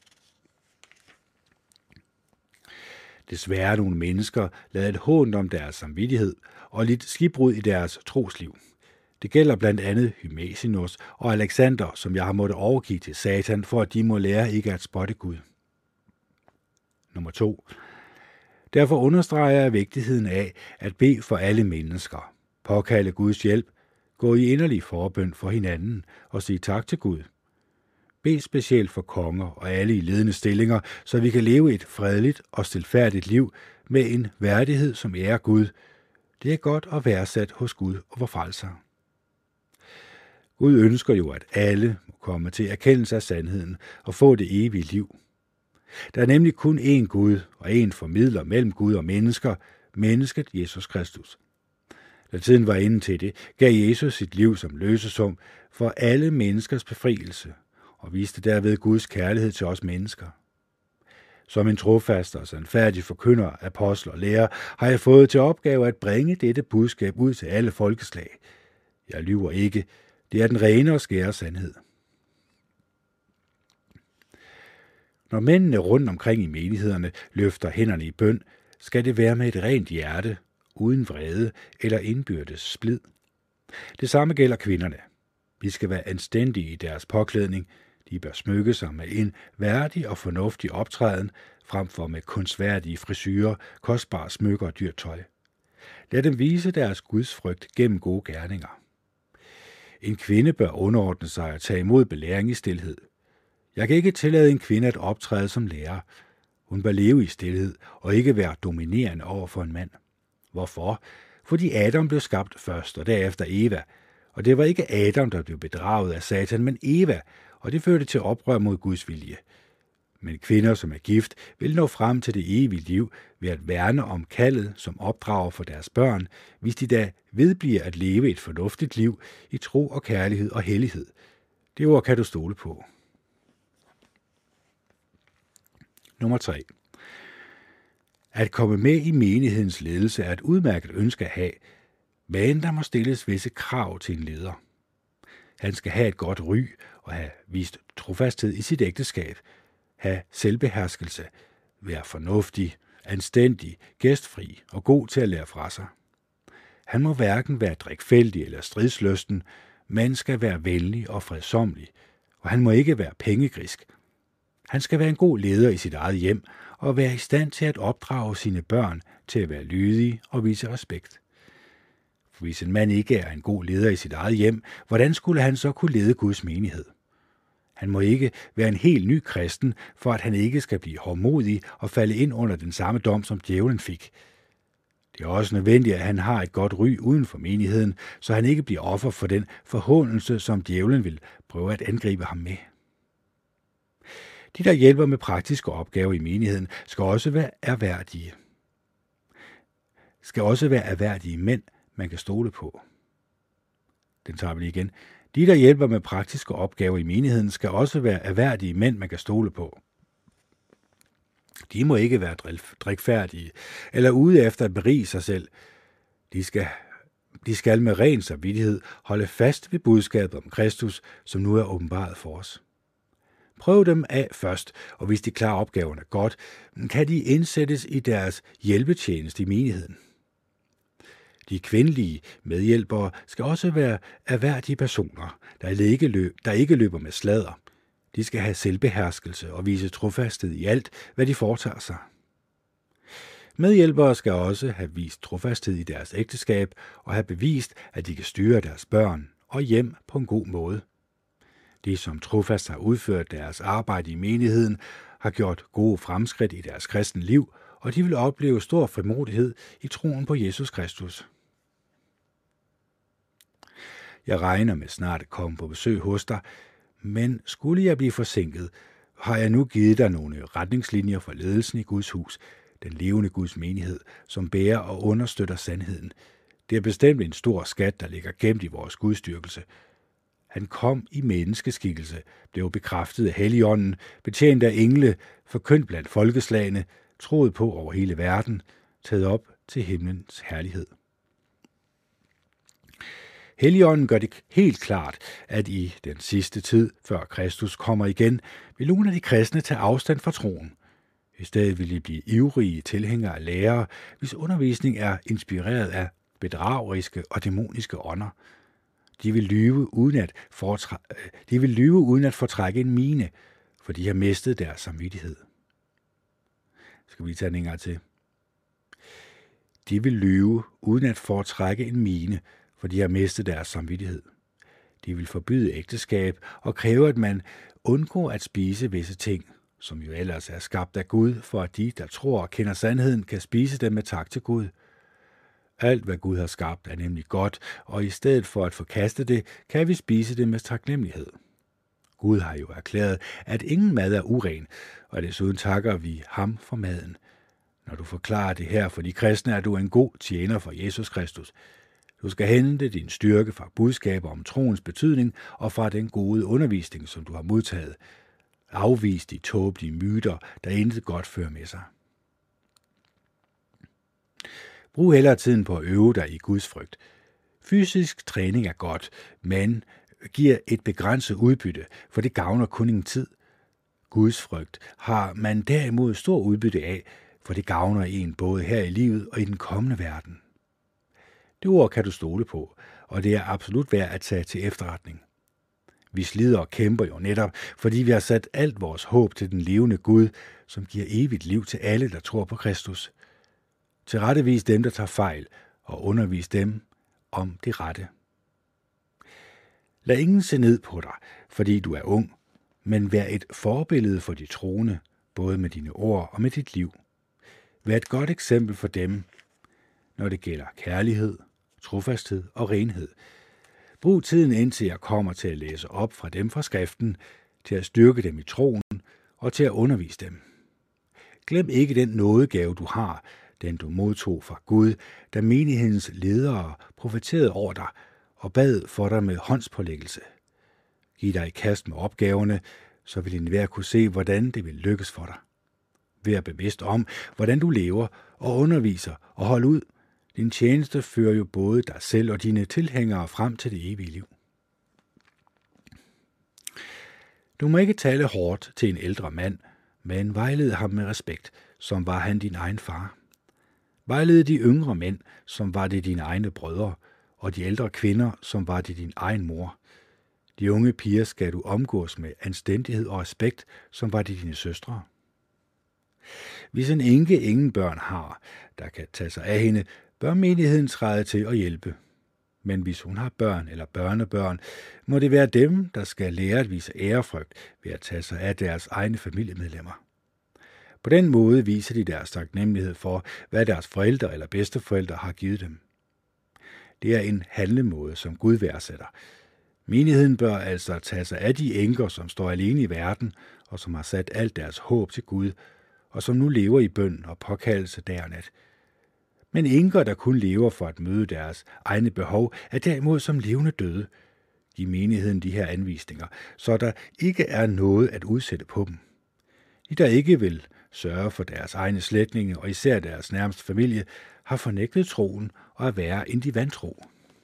Desværre nogle mennesker lader et hån om deres samvittighed og lidt skibbrud i deres trosliv. Det gælder blandt andet Hymesinus og Alexander, som jeg har måttet overgive til Satan, for at de må lære ikke at spotte Gud. Nummer 2. Derfor understreger jeg vigtigheden af at bede for alle mennesker, påkalde Guds hjælp, gå i inderlig forbøn for hinanden og sige tak til Gud. Bed specielt for konger og alle i ledende stillinger, så vi kan leve et fredeligt og stilfærdigt liv med en værdighed, som ærer Gud. Det er godt at værdsat hos Gud og vor frelser. Gud ønsker jo, at alle må komme til erkendelse af sandheden og få det evige liv. Der er nemlig kun én Gud og én formidler mellem Gud og mennesker, mennesket Jesus Kristus. Da tiden var inde til det, gav Jesus sit liv som løsesum for alle menneskers befrielse og viste derved Guds kærlighed til os mennesker. Som en trofast og sandfærdig forkynder, apostel og lærer, har jeg fået til opgave at bringe dette budskab ud til alle folkeslag. Jeg lyver ikke. Det er den rene og skære sandhed. Når mændene rundt omkring i menighederne løfter hænderne i bøn, skal det være med et rent hjerte, uden vrede eller indbyrdes splid. Det samme gælder kvinderne. De skal være anstændige i deres påklædning. De bør smykke sig med en værdig og fornuftig optræden, frem for med kunstværdige frisyrer, kostbare smykker og dyrt tøj. Lad dem vise deres gudsfrygt gennem gode gerninger. En kvinde bør underordne sig og tage imod belæring i stilhed. Jeg kan ikke tillade en kvinde at optræde som lærer. Hun bør leve i stilhed og ikke være dominerende over for en mand. Hvorfor? Fordi Adam blev skabt først og derefter Eva. Og det var ikke Adam, der blev bedraget af Satan, men Eva, og det førte til oprør mod Guds vilje. Men kvinder, som er gift, vil nå frem til det evige liv ved at værne om kaldet som opdrager for deres børn, hvis de da vedbliver at leve et fornuftigt liv i tro og kærlighed og hellighed. Det ord kan du stole på. Nummer 3. At komme med i menighedens ledelse er et udmærket ønske at have, men der må stilles visse krav til en leder. Han skal have et godt ry og have vist trofasthed i sit ægteskab, have selvbeherskelse, være fornuftig, anstændig, gæstfri og god til at lære fra sig. Han må hverken være drikfældig eller stridslysten, men skal være venlig og fredsommelig, og han må ikke være pengegrisk. Han skal være en god leder i sit eget hjem og være i stand til at opdrage sine børn til at være lydige og vise respekt. For hvis en mand ikke er en god leder i sit eget hjem, hvordan skulle han så kunne lede Guds menighed? Han må ikke være en helt ny kristen, for at han ikke skal blive hårdmodig og falde ind under den samme dom, som djævlen fik. Det er også nødvendigt, at han har et godt ry uden for menigheden, så han ikke bliver offer for den forhåndelse, som djævlen vil prøve at angribe ham med. De, der hjælper med praktiske opgaver i menigheden, skal også være erhverdige mænd, man kan stole på. Den tager vi lige igen. De, der hjælper med praktiske opgaver i menigheden, skal også være erhverdige mænd, man kan stole på. De må ikke være drikfærdige eller ude efter at berige sig selv. De skal med ren samvittighed holde fast ved budskabet om Kristus, som nu er åbenbaret for os. Prøv dem af først, og hvis de klarer opgaverne godt, kan de indsættes i deres hjælpetjeneste i menigheden. De kvindelige medhjælpere skal også være erhverdige personer, der ikke løber med sladder. De skal have selvbeherskelse og vise trofasthed i alt, hvad de foretager sig. Medhjælpere skal også have vist trofasthed i deres ægteskab og have bevist, at de kan styre deres børn og hjem på en god måde. De, som trofast har udført deres arbejde i menigheden, har gjort gode fremskridt i deres kristne liv, og de vil opleve stor frimodighed i troen på Jesus Kristus. Jeg regner med snart at komme på besøg hos dig, men skulle jeg blive forsinket, har jeg nu givet dig nogle retningslinjer for ledelsen i Guds hus, den levende Guds menighed, som bærer og understøtter sandheden. Det er bestemt en stor skat, der ligger gemt i vores gudstyrkelse. Han kom i menneskeskikkelse, blev bekræftet af Helligånden, betjent af engle, forkyndt blandt folkeslagene, troet på over hele verden, taget op til himlens herlighed. Helligånden gør det helt klart, at i den sidste tid, før Kristus kommer igen, vil nogle af de kristne tage afstand fra troen. I stedet vil de blive ivrige tilhængere af lærere, hvis undervisning er inspireret af bedrageriske og dæmoniske ånder. De vil lyve uden at fortrække en mine, for de har mistet deres samvittighed. Skal vi tage den en gang til? De vil lyve uden at fortrække en mine, for de har mistet deres samvittighed. De vil forbyde ægteskab og kræve, at man undgår at spise visse ting, som jo ellers er skabt af Gud, for at de, der tror og kender sandheden, kan spise dem med tak til Gud. Alt, hvad Gud har skabt, er nemlig godt, og i stedet for at forkaste det, kan vi spise det med taknemmelighed. Gud har jo erklæret, at ingen mad er uren, og desuden takker vi ham for maden. Når du forklarer det her for de kristne, er du en god tjener for Jesus Kristus. Du skal hente din styrke fra budskaber om troens betydning og fra den gode undervisning, som du har modtaget. Afvis de tåbelige myter, der intet godt fører med sig. Brug hellere tiden på at øve dig i Guds frygt. Fysisk træning er godt, men giver et begrænset udbytte, for det gavner kun en tid. Guds frygt har man derimod stor udbytte af, for det gavner en både her i livet og i den kommende verden. Det ord kan du stole på, og det er absolut værd at tage til efterretning. Vi slider og kæmper jo netop, fordi vi har sat alt vores håb til den levende Gud, som giver evigt liv til alle, der tror på Kristus. Tilrettevis dem, der tager fejl, og undervis dem om det rette. Lad ingen se ned på dig, fordi du er ung, men vær et forbillede for de troende, både med dine ord og med dit liv. Vær et godt eksempel for dem, når det gælder kærlighed, trofasthed og renhed. Brug tiden indtil jeg kommer til at læse op fra dem fra skriften, til at styrke dem i troen, og til at undervise dem. Glem ikke den nådegave, du har, den du modtog fra Gud, da menighedens ledere profeterede over dig og bad for dig med håndspålæggelse. Giv dig i kast med opgaverne, så vil enhver kunne se, hvordan det vil lykkes for dig. Vær bevidst om, hvordan du lever og underviser og hold ud. Din tjeneste fører jo både dig selv og dine tilhængere frem til det evige liv. Du må ikke tale hårdt til en ældre mand, men vejlede ham med respekt, som var han din egen far. Vejlede de yngre mænd, som var det dine egne brødre, og de ældre kvinder, som var det din egen mor. De unge piger skal du omgås med anstændighed og respekt, som var det dine søstre. Hvis en enke ingen børn har, der kan tage sig af hende, bør menigheden træde til at hjælpe. Men hvis hun har børn eller børnebørn, må det være dem, der skal lære at vise ærefrygt ved at tage sig af deres egne familiemedlemmer. På den måde viser de deres taknemmelighed for, hvad deres forældre eller bedsteforældre har givet dem. Det er en handlemåde, som Gud værdsætter. Menigheden bør altså tage sig af de enker, som står alene i verden, og som har sat alt deres håb til Gud, og som nu lever i bøn og påkaldelse dag og nat. Men enker, der kun lever for at møde deres egne behov, er derimod som levende døde. Giv menigheden de her anvisninger, så der ikke er noget at udsætte på dem. De, der ikke vil sørge for deres egne slægtninge og især deres nærmeste familie, har fornægtet troen og er værre end de vantro.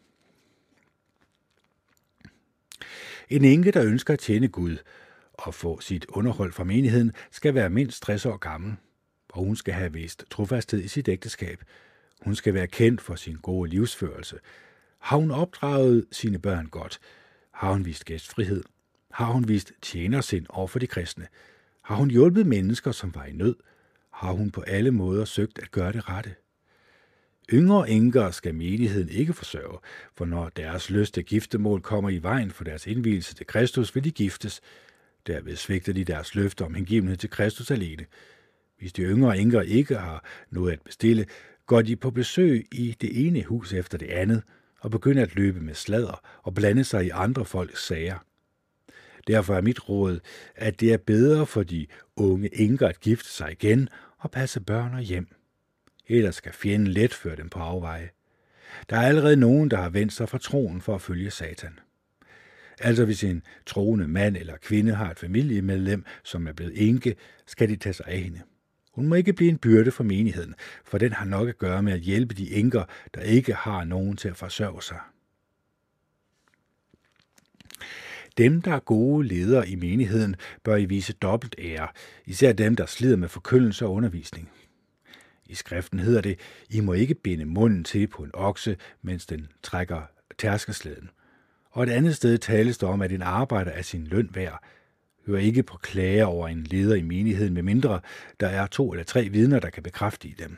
En enke, der ønsker at tjene Gud og få sit underhold fra menigheden, skal være mindst 60 år gammel, og hun skal have vist trofasthed i sit ægteskab. Hun skal være kendt for sin gode livsførelse. Har hun opdraget sine børn godt? Har hun vist gæstfrihed? Har hun vist tjenersind over for de kristne? Har hun hjulpet mennesker, som var i nød? Har hun på alle måder søgt at gøre det rette? Yngre enker skal menigheden ikke forsørge, for når deres lyst til giftermål kommer i vejen for deres indvielse til Kristus, vil de giftes. Derved svigter de deres løfte om hengivenhed til Kristus alene. Hvis de yngre enker ikke har noget at bestille, går de på besøg i det ene hus efter det andet og begynder at løbe med sladder og blande sig i andre folks sager. Derfor er mit råd, at det er bedre for de unge enker at gifte sig igen og passe børn og hjem. Ellers skal fjenden let føre dem på afveje. Der er allerede nogen, der har vendt sig fra troen for at følge Satan. Altså hvis en troende mand eller kvinde har et familiemedlem, som er blevet enke, skal de tage sig af hende. Hun må ikke blive en byrde for menigheden, for den har nok at gøre med at hjælpe de enker, der ikke har nogen til at forsørge sig. Dem, der er gode ledere i menigheden, bør I vise dobbelt ære, især dem, der slider med forkyndelse og undervisning. I skriften hedder det, I må ikke binde munden til på en okse, mens den trækker tærskeslæden. Og et andet sted tales der om, at en arbejder er sin løn værd. Hør ikke på klager over en leder i menigheden, med mindre der er 2 eller 3 vidner, der kan bekræfte i dem.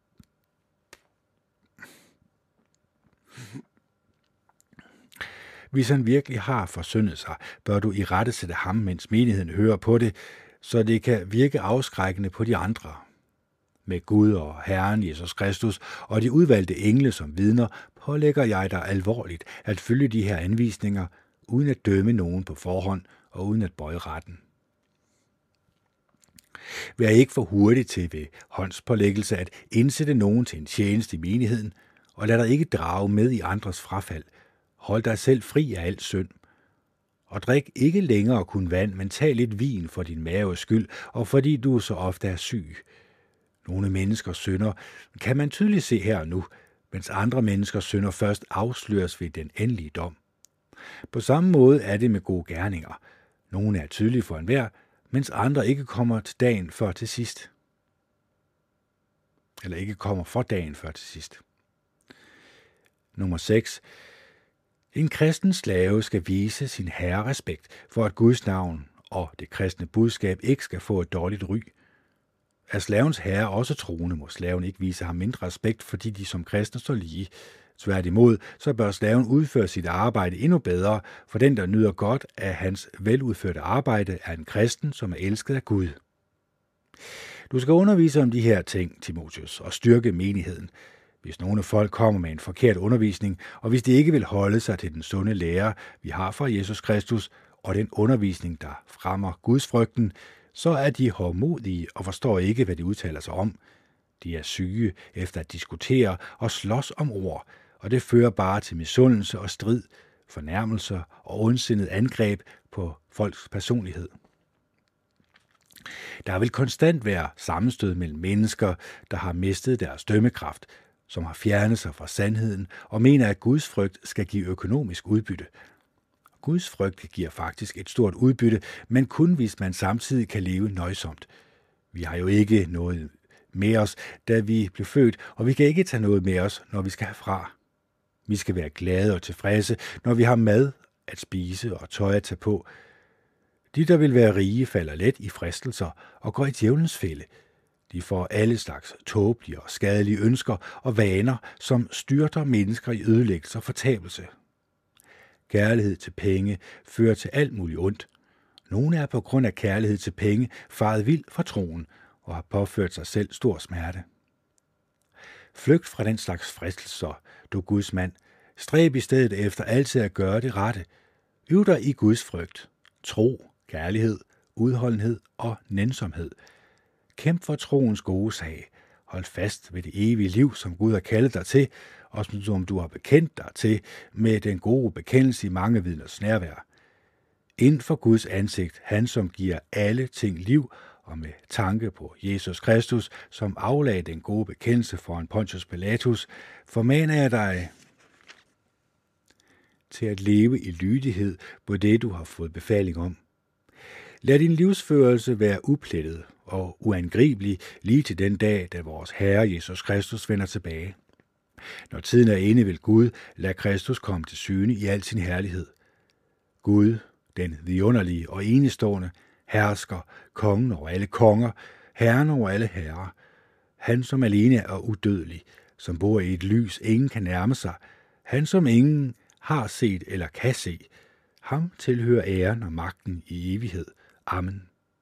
Hvis han virkelig har forsyndet sig, bør du irettesætte ham, mens menigheden hører på det, så det kan virke afskrækkende på de andre. Med Gud og Herren Jesus Kristus og de udvalgte engle som vidner, pålægger jeg dig alvorligt at følge de her anvisninger, uden at dømme nogen på forhånd og uden at bøje retten. Vær ikke for hurtig til ved håndspålæggelse at indsætte nogen til en tjeneste i menigheden, og lad dig ikke drage med i andres frafald. Hold dig selv fri af al synd. Og drik ikke længere kun vand, men tag lidt vin for din maves skyld, og fordi du så ofte er syg. Nogle menneskers synder kan man tydeligt se her og nu, mens andre menneskers synder først afsløres ved den endelige dom. På samme måde er det med gode gerninger. Nogle er tydelige for enhver, mens andre ikke kommer til dagen før til sidst. Eller ikke kommer for dagen før til sidst. Nummer 6. En kristen slave skal vise sin herre respekt, for at Guds navn og det kristne budskab ikke skal få et dårligt ry. Er slavens herre også troende, må slaven ikke vise ham mindre respekt, fordi de som kristne står lige. Tværtimod, så bør slaven udføre sit arbejde endnu bedre, for den, der nyder godt af hans veludførte arbejde, er en kristen, som er elsket af Gud. Du skal undervise om de her ting, Timotheus, og styrke menigheden. Hvis nogle folk kommer med en forkert undervisning, og hvis de ikke vil holde sig til den sunde lære, vi har fra Jesus Kristus, og den undervisning, der fremmer Guds frygten, så er de hovmodige og forstår ikke, hvad de udtaler sig om. De er syge efter at diskutere og slås om ord, og det fører bare til misundelse og strid, fornærmelser og ondsindet angreb på folks personlighed. Der vil konstant være sammenstød mellem mennesker, der har mistet deres dømmekraft, som har fjernet sig fra sandheden og mener, at Guds frygt skal give økonomisk udbytte. Guds frygt giver faktisk et stort udbytte, men kun hvis man samtidig kan leve nøjsomt. Vi har jo ikke noget med os, da vi blev født, og vi kan ikke tage noget med os, når vi skal herfra. Vi skal være glade og tilfredse, når vi har mad at spise og tøj at tage på. De, der vil være rige, falder let i fristelser og går i djævelens fælde. De får alle slags tåbelige og skadelige ønsker og vaner, som styrter mennesker i ødelæggelse og fortabelse. Kærlighed til penge fører til alt muligt ondt. Nogle er på grund af kærlighed til penge faret vild fra troen og har påført sig selv stor smerte. Flygt fra den slags fristelser, du Guds mand. Stræb i stedet efter altid at gøre det rette. Øv dig i Guds frygt, tro, kærlighed, udholdenhed og nænsomhed. Kæmp for troens gode sag. Hold fast ved det evige liv, som Gud har kaldet dig til, og som du har bekendt dig til med den gode bekendelse i mange vidners nærvær. Inden for Guds ansigt, han som giver alle ting liv, og med tanke på Jesus Kristus, som aflagde den gode bekendelse foran Pontius Pilatus, formaner jeg dig til at leve i lydighed på det, du har fået befaling om. Lad din livsførelse være uplettet og uangribelig lige til den dag, da vores Herre Jesus Kristus vender tilbage. Når tiden er inde, vil Gud lade Kristus komme til syne i al sin herlighed. Gud, den vidunderlige og enestående, hersker, kongen over alle konger, herren over alle herrer. Han, som alene er udødelig, som bor i et lys, ingen kan nærme sig. Han, som ingen har set eller kan se. Ham tilhører æren og magten i evighed. Amen.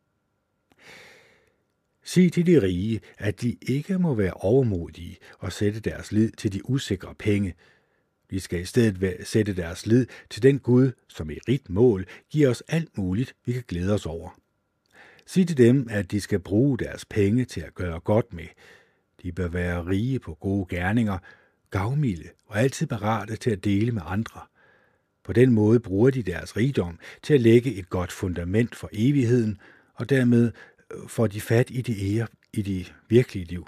Sig til de rige, at de ikke må være overmodige og sætte deres lid til de usikre penge. De skal i stedet sætte deres lid til den Gud, som i rigt mål giver os alt muligt, vi kan glæde os over. Sig til dem, at de skal bruge deres penge til at gøre godt med. De bør være rige på gode gerninger, gavmilde og altid parate til at dele med andre. På den måde bruger de deres rigdom til at lægge et godt fundament for evigheden, og dermed får de fat i det virkelige liv.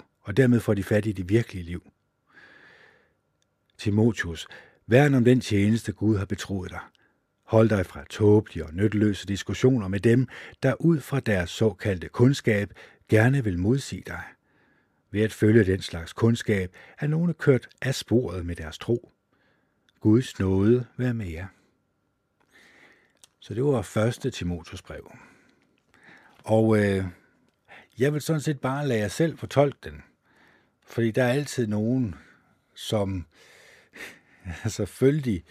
Timotheus, værn om den tjeneste, Gud har betroet dig. Hold dig fra tåbelige og nytteløse diskussioner med dem, der ud fra deres såkaldte kundskab gerne vil modsige dig. Ved at følge den slags kundskab er nogle kørt af sporet med deres tro. Guds nåde være med jer. Så det var 1. Timotheus brev. Og jeg vil sådan set bare lade jer selv fortolke den. Fordi der er altid nogen, som selvfølgelig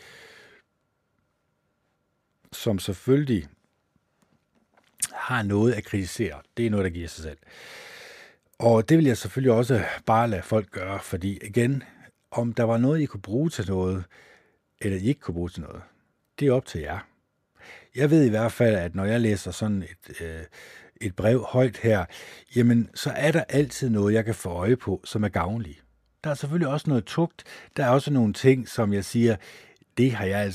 har noget at kritisere. Det er noget, der giver sig selv. Og det vil jeg selvfølgelig også bare lade folk gøre, fordi igen, om der var noget, I kunne bruge til noget, eller I ikke kunne bruge til noget, det er op til jer. Jeg ved i hvert fald, at når jeg læser sådan et brev højt her, jamen så er der altid noget, jeg kan få øje på, som er gavnligt. Der er selvfølgelig også noget tugt. Der er også nogle ting, som jeg siger, det har jeg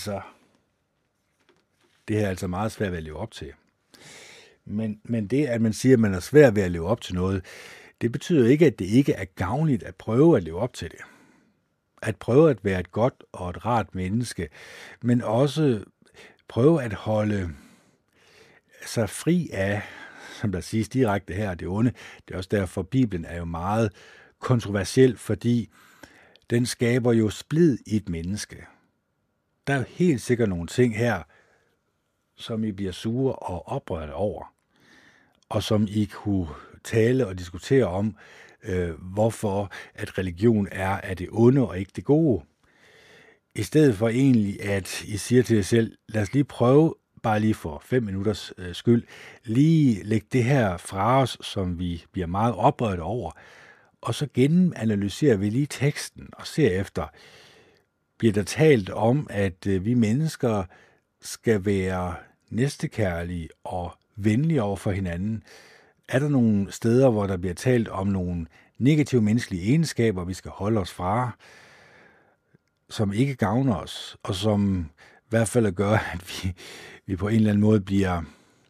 altså meget svært ved at leve op til. Men det, at man siger, at man er svært ved at leve op til noget, det betyder ikke, at det ikke er gavnligt at prøve at leve op til det. At prøve at være et godt og et rart menneske, men også prøve at holde sig fri af, som der siges direkte her, det onde. Det er også derfor, Bibelen er jo meget kontroversiel, fordi den skaber jo splid i et menneske. Der er jo helt sikkert nogle ting her, som I bliver sure og oprørte over, og som I kunne tale og diskutere om, hvorfor at religion er af det onde og ikke det gode. I stedet for egentlig, at I siger til jer selv, lad os lige prøve, bare lige for 5 minutters skyld, lige lægge det her fra os, som vi bliver meget oprørte over, og så gennemanalyserer vi lige teksten og ser efter, bliver der talt om, at vi mennesker skal være næstekærlige og venlige over for hinanden? Er der nogle steder, hvor der bliver talt om nogle negative menneskelige egenskaber, vi skal holde os fra, som ikke gavner os, og som i hvert fald gør, at vi på en eller anden måde bliver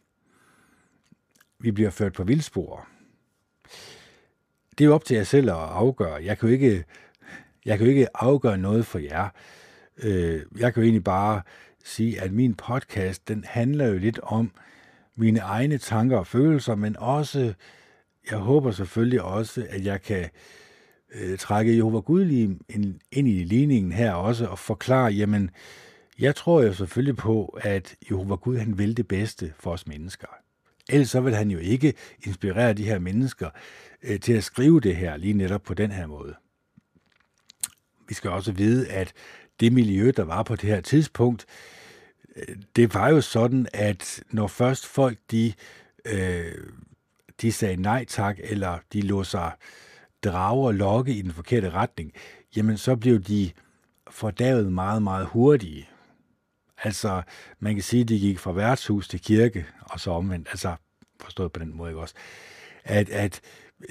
ført på vildspor? Det er jo op til jer selv at afgøre. Jeg kan jo ikke afgøre noget for jer. Jeg kan jo egentlig bare sige, at min podcast, den handler jo lidt om mine egne tanker og følelser, men også, jeg håber selvfølgelig også, at jeg kan trække Jehova Gud ind i ligningen her også, og forklare, jamen, jeg tror jo selvfølgelig på, at Jehova Gud, han vil det bedste for os mennesker. Ellers så vil han jo ikke inspirere de her mennesker til at skrive det her lige netop på den her måde. Vi skal også vide, at det miljø, der var på det her tidspunkt, det var jo sådan, at når først folk de sagde nej tak, eller de lod sig drage og lokke i den forkerte retning, jamen så blev de fordavet meget, meget hurtige. Altså, man kan sige, at de gik fra værtshus til kirke, og så omvendt, altså forstået på den måde, ikke også? At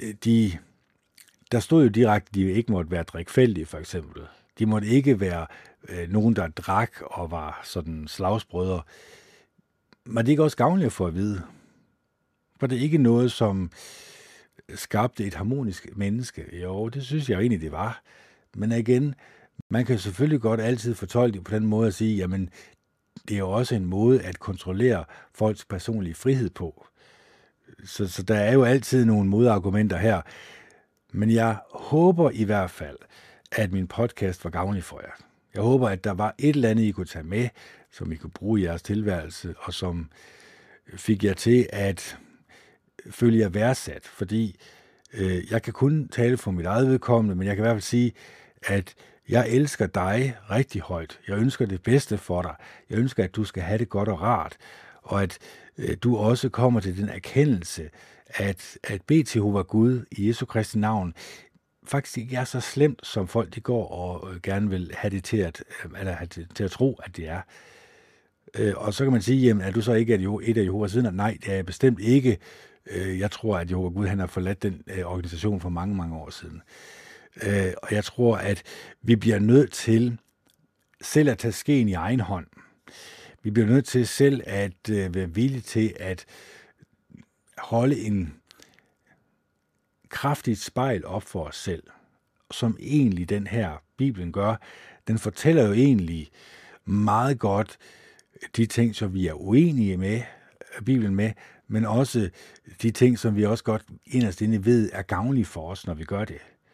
der stod jo direkte, at de ikke måtte være drikfældige, for eksempel. De måtte ikke være nogen, der drak og var sådan slagsbrødre. Men det er ikke også gavnligt for at vide. For det er ikke noget, som skabte et harmonisk menneske. Jo, det synes jeg jo egentlig, det var. Men igen, man kan selvfølgelig godt altid fortolke det på den måde at sige, jamen, det er jo også en måde at kontrollere folks personlige frihed på. Så der er jo altid nogle modargumenter her. Men jeg håber i hvert fald, at min podcast var gavnlig for jer. Jeg håber, at der var et eller andet, I kunne tage med, som I kunne bruge i jeres tilværelse, og som fik jer til at føle jer værdsat. Fordi jeg kan kun tale for mit eget vedkommende, men jeg kan i hvert fald sige, at jeg elsker dig rigtig højt. Jeg ønsker det bedste for dig. Jeg ønsker, at du skal have det godt og rart. Og at du også kommer til den erkendelse, at bede til Jehova Gud i Jesu Kristi navn, faktisk ikke er så slemt, som folk de går og gerne vil have det til at tro, at det er. Og så kan man sige, jamen, er du så ikke et af Jehovas vidner? Nej, det er jeg bestemt ikke. Jeg tror, at Jehova Gud han har forladt den organisation for mange, mange år siden. Og jeg tror, at vi bliver nødt til selv at tage skeen i egen hånd. Vi bliver nødt til selv at være villige til at holde en kraftigt spejl op for os selv, som egentlig den her Bibelen gør. Den fortæller jo egentlig meget godt de ting, som vi er uenige med Bibelen med, men også de ting, som vi også godt inderst inde ved er gavnlige for os, når vi gør det.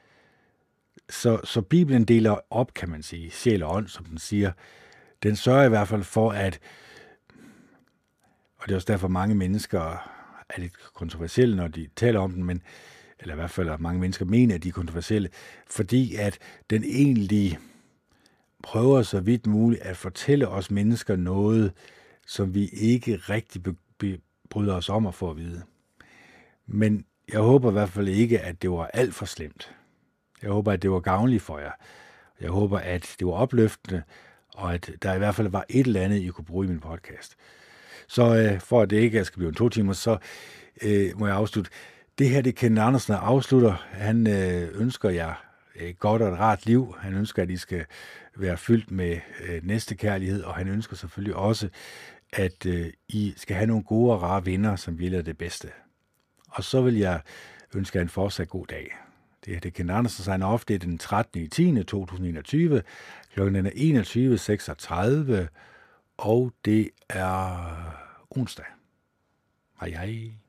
Så Bibelen deler op, kan man sige, sjæl og ånd, som den siger. Den sørger i hvert fald for, at, og det er også derfor mange mennesker er lidt kontroversielle, når de taler om den, men eller i hvert fald at mange mennesker mener, at de er kontroversielle, fordi at den egentlig prøver så vidt muligt at fortælle os mennesker noget, som vi ikke rigtig bryder os om at få at vide. Men jeg håber i hvert fald ikke, at det var alt for slemt. Jeg håber, at det var gavnligt for jer. Jeg håber, at det var opløftende, og at der i hvert fald var et eller andet, I kunne bruge i min podcast. Så for at det ikke skal blive en 2 timer, så må jeg afslutte. Det her, det Kenneth Andersen afslutter. Han ønsker jer et godt og et rart liv. Han ønsker, at I skal være fyldt med næstekærlighed, og han ønsker selvfølgelig også, at I skal have nogle gode og rare venner, som vil det bedste. Og så vil jeg ønske jer en fortsat god dag. Det er Kenneth Andersen signer off. Det er den 13.10.2021. Klokken er 21.36, og det er onsdag. Hej hej.